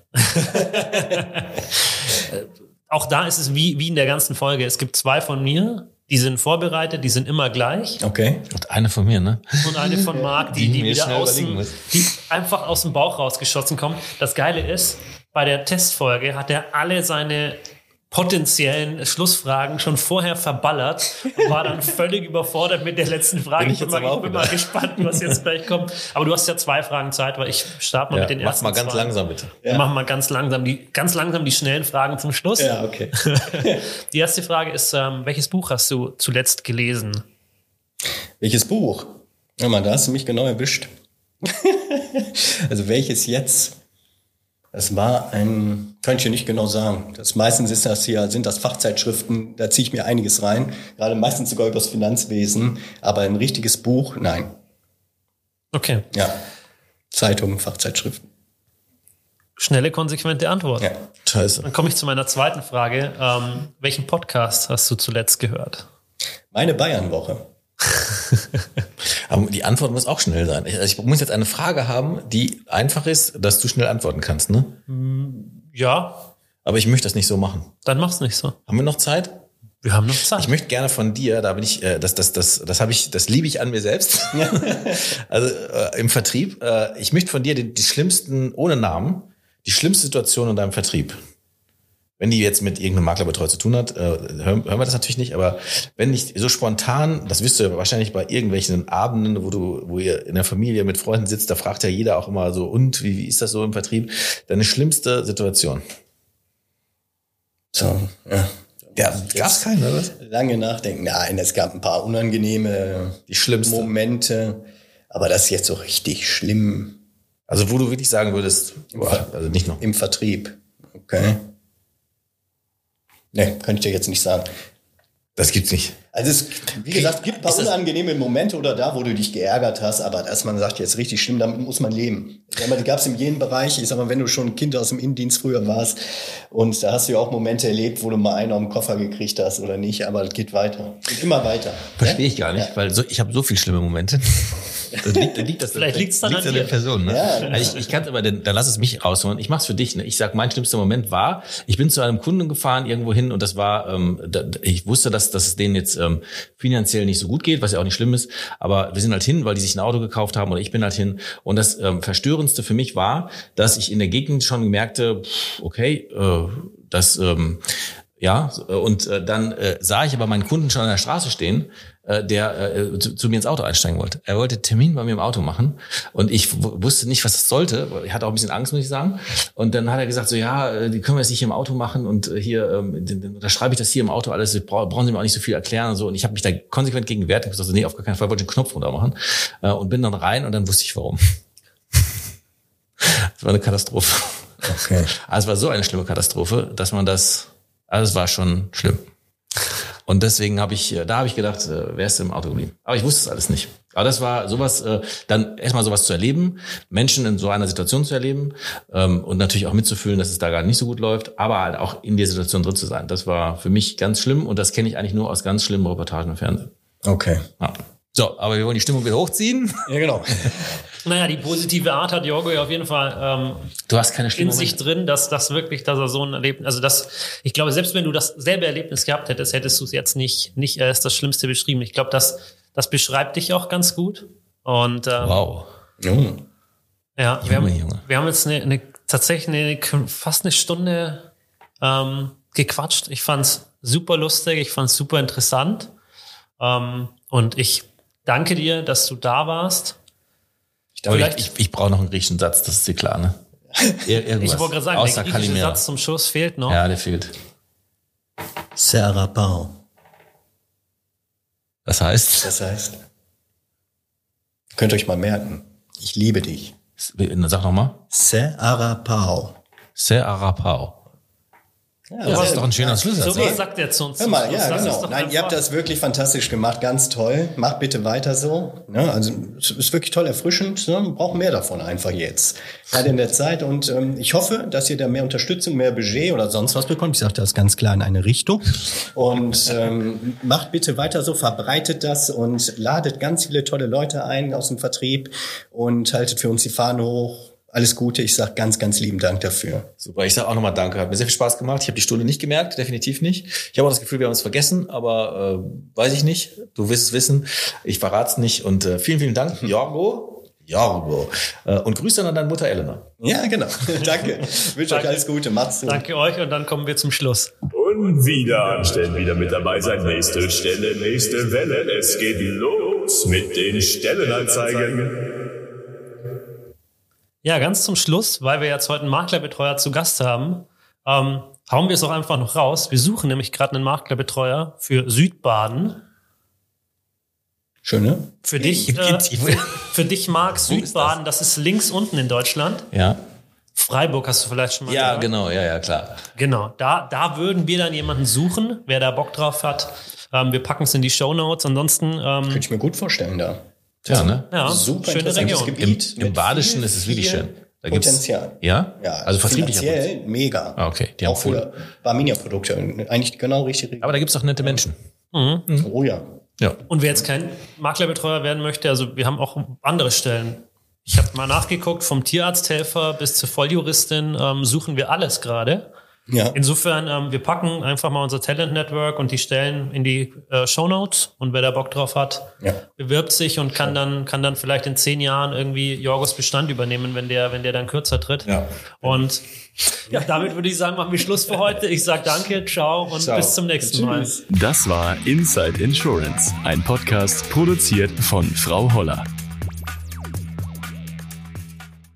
Auch da ist es wie, wie in der ganzen Folge. Es gibt zwei von mir, die sind vorbereitet, die sind immer gleich. Okay. Und eine von mir, ne? Und eine von Marc, die, die, die wieder aus dem, die einfach aus dem Bauch rausgeschossen kommen. Das Geile ist, bei der Testfolge hat er alle seine potenziellen Schlussfragen schon vorher verballert und war dann völlig überfordert mit der letzten Frage. Bin ich ich bin, mal, ich bin mal gespannt, was jetzt gleich kommt. Aber du hast ja zwei Fragen Zeit, weil ich starte mal ja, mit den ersten Mach mal ganz zwei. langsam, bitte. Wir ja. machen mal ganz langsam die, ganz langsam die schnellen Fragen zum Schluss. Ja, okay. Die erste Frage ist, ähm, welches Buch hast du zuletzt gelesen? Welches Buch? Ja, mal, da hast du mich genau erwischt. Also welches jetzt? Es war ein, kann ich dir nicht genau sagen. Das meistens ist das hier, sind das Fachzeitschriften, da ziehe ich mir einiges rein. Gerade meistens sogar über das Finanzwesen. Aber ein richtiges Buch, nein. Okay. Ja. Zeitungen, Fachzeitschriften. Schnelle, konsequente Antwort. Ja. Scheiße. Dann komme ich zu meiner zweiten Frage. Ähm, welchen Podcast hast du zuletzt gehört? Meine Bayern-Woche. Aber die Antwort muss auch schnell sein. Ich, ich muss jetzt eine Frage haben, die einfach ist, dass du schnell antworten kannst, ne? Ja. Aber ich möchte das nicht so machen. Dann mach's nicht so. Haben wir noch Zeit? Wir haben noch Zeit. Ich möchte gerne von dir, da bin ich, äh, das, das, das, das habe ich, das liebe ich an mir selbst. Also äh, im Vertrieb. Äh, ich möchte von dir die, die schlimmsten, ohne Namen, die schlimmste Situation in deinem Vertrieb. wenn die jetzt mit irgendeinem Maklerbetreuer zu tun hat, äh, hören, hören wir das natürlich nicht, aber wenn nicht so spontan, das wirst du ja wahrscheinlich bei irgendwelchen Abenden, wo du, wo ihr in der Familie mit Freunden sitzt, da fragt ja jeder auch immer so, und wie, wie ist das so im Vertrieb? Deine schlimmste Situation? So, ja. Ja, gab's keine, oder was? Lange nachdenken. Nein, es gab ein paar unangenehme Die schlimmste. Momente, aber das ist jetzt so richtig schlimm. Also wo du wirklich sagen würdest, boah, also nicht noch. Im Vertrieb. Okay. Nee, könnte ich dir jetzt nicht sagen. Das gibt's nicht. Also es, wie gesagt, gibt ein paar unangenehme Momente oder da, wo du dich geärgert hast, aber dass man sagt, jetzt richtig schlimm, damit muss man leben. Ich sag mal, die gab es in jedem Bereich. Ich sag mal, wenn du schon ein Kind aus dem Innendienst früher warst und da hast du ja auch Momente erlebt, wo du mal einen auf den Koffer gekriegt hast oder nicht, aber es geht weiter. Geht immer weiter. Verstehe ich gar nicht, ja. Weil so, ich habe so viele schlimme Momente. Das liegt, liegt das Vielleicht liegt's dann liegt's an an der dir. Person. Ne? Ja. Also ich, ich kann aber, dann lass es mich rausholen. Ich mach's für dich. Ne? Ich sag, mein schlimmster Moment war, ich bin zu einem Kunden gefahren irgendwo hin und das war, ähm, da, ich wusste, dass, dass es denen jetzt ähm, finanziell nicht so gut geht, was ja auch nicht schlimm ist. Aber wir sind halt hin, weil die sich ein Auto gekauft haben oder ich bin halt hin. Und das ähm, Verstörendste für mich war, dass ich in der Gegend schon merkte, pff, okay, äh, das ähm, ja, und äh, dann äh, sah ich aber meinen Kunden schon an der Straße stehen, äh, der äh, zu, zu mir ins Auto einsteigen wollte. Er wollte Termin bei mir im Auto machen und ich w- wusste nicht, was das sollte. Ich hatte auch ein bisschen Angst, muss ich sagen. Und dann hat er gesagt, so ja, äh, die können wir jetzt nicht hier im Auto machen und äh, hier, ähm, da schreibe ich das hier im Auto alles, bra- brauchen Sie mir auch nicht so viel erklären und so. Und ich habe mich da konsequent gegen gewehrt und gesagt, so, nee, auf gar keinen Fall, wollte ich den Knopf runter machen äh, und bin dann rein und dann wusste ich, warum. Das war eine Katastrophe. Okay. Also es war so eine schlimme Katastrophe, dass man das, also es war schon schlimm. Und deswegen habe ich, da habe ich gedacht, wärst du im Auto geblieben. Aber ich wusste es alles nicht. Aber das war sowas, dann erstmal sowas zu erleben, Menschen in so einer Situation zu erleben und natürlich auch mitzufühlen, dass es da gerade nicht so gut läuft, aber halt auch in der Situation drin zu sein. Das war für mich ganz schlimm und das kenne ich eigentlich nur aus ganz schlimmen Reportagen im Fernsehen. Okay. Ja. So, aber wir wollen die Stimmung wieder hochziehen. Ja, genau. Naja, die positive Art hat Jorgo ja auf jeden Fall ähm, Du hast keine in Stimmung. sich drin, dass das wirklich, dass er so ein Erlebnis, also das, ich glaube, selbst wenn du dasselbe Erlebnis gehabt hättest, hättest du es jetzt nicht, nicht erst das Schlimmste beschrieben. Ich glaube, das, das beschreibt dich auch ganz gut. Und ähm, Wow. Oh. ja, wir Junge, haben, Junge. wir haben jetzt eine, eine tatsächlich eine, fast eine Stunde ähm, gequatscht. Ich fand's super lustig, ich fand's super interessant. Ähm, und ich danke dir, dass du da warst. Ich, Vielleicht- ich, ich brauche noch einen griechischen Satz, das ist dir klar, ne? Ir- irgendwas. Ich wollte gerade sagen, Außer der griechische Kalimera. Satz zum Schluss fehlt noch. Ja, der fehlt. Serapau. Das heißt, Das heißt, könnt ihr euch mal merken, ich liebe dich. sag nochmal. Serapau. Se arapao. Ja, Das ist doch ein schöner Schlusssatz. So was sagt er zu uns. Hör zum mal, Schluss. ja, Lass uns genau. doch Nein, ihr habt einfach- das wirklich fantastisch gemacht, ganz toll. Macht bitte weiter so. Ne? Also es ist wirklich toll, erfrischend. Ne? Wir brauchen mehr davon einfach jetzt. Gerade in der Zeit. Und ähm, ich hoffe, dass ihr da mehr Unterstützung, mehr Budget oder sonst was bekommt. Ich sage das ganz klar in eine Richtung. Und ähm, macht bitte weiter so, verbreitet das und ladet ganz viele tolle Leute ein aus dem Vertrieb und haltet für uns die Fahne hoch. Alles Gute. Ich sage ganz, ganz lieben Dank dafür. Super, ich sage auch nochmal Danke. Hat mir sehr viel Spaß gemacht. Ich habe die Stunde nicht gemerkt, definitiv nicht. Ich habe auch das Gefühl, wir haben es vergessen, aber äh, weiß ich nicht. Du wirst es wissen. Ich verrate es nicht. Und äh, vielen, vielen Dank, Jorgo. Jorgo. Äh, und Grüße dann an deine Mutter Elena. Ja, genau. Danke. Ich wünsche euch Danke. alles Gute. Macht's gut. Danke euch und dann kommen wir zum Schluss. Und wieder anstellen, wieder mit dabei sein. Nächste Stelle, nächste Welle. Es geht los mit den Stellenanzeigen. Ja, ganz zum Schluss, weil wir jetzt heute einen Maklerbetreuer zu Gast haben, ähm, hauen wir es auch einfach noch raus. Wir suchen nämlich gerade einen Maklerbetreuer für Südbaden. Schön, ne? Für dich, äh, für, für dich, Marc, Südbaden, das? das ist links unten in Deutschland. Ja. Freiburg hast du vielleicht schon mal Ja, gehört. genau, ja, ja, klar. Genau, da, da würden wir dann jemanden suchen, wer da Bock drauf hat. Ähm, wir packen es in die Shownotes. Ansonsten, ähm, Könnte ich mir gut vorstellen da. Ja, ne? ja, Super schöne interessantes Region. Gebiet. Im, im mit Badischen viel, ist es wirklich viel schön. Da gibt's, Potenzial. Ja? Ja, Also vertrieblicher Potenzial. finanziell mega. Ah, okay. Die haben auch für Barminia-Produkte. Eigentlich genau richtig. Aber da gibt's auch nette Menschen. Oh ja. Ja. Und wer jetzt kein Maklerbetreuer werden möchte, also wir haben auch andere Stellen. Ich habe mal nachgeguckt, vom Tierarzthelfer bis zur Volljuristin ähm, suchen wir alles gerade. Ja. Insofern, ähm, wir packen einfach mal unser Talent Network und die Stellen in die äh, Shownotes und wer da Bock drauf hat, ja. bewirbt sich und kann dann, kann dann vielleicht in zehn Jahren irgendwie Jorgos Bestand übernehmen, wenn der, wenn der dann kürzer tritt. Ja. Und ja, damit würde ich sagen, machen wir Schluss für heute. Ich sage danke, ciao und Ciao. bis zum nächsten Mal. Das war Inside Insurance, ein Podcast produziert von Frau Holler.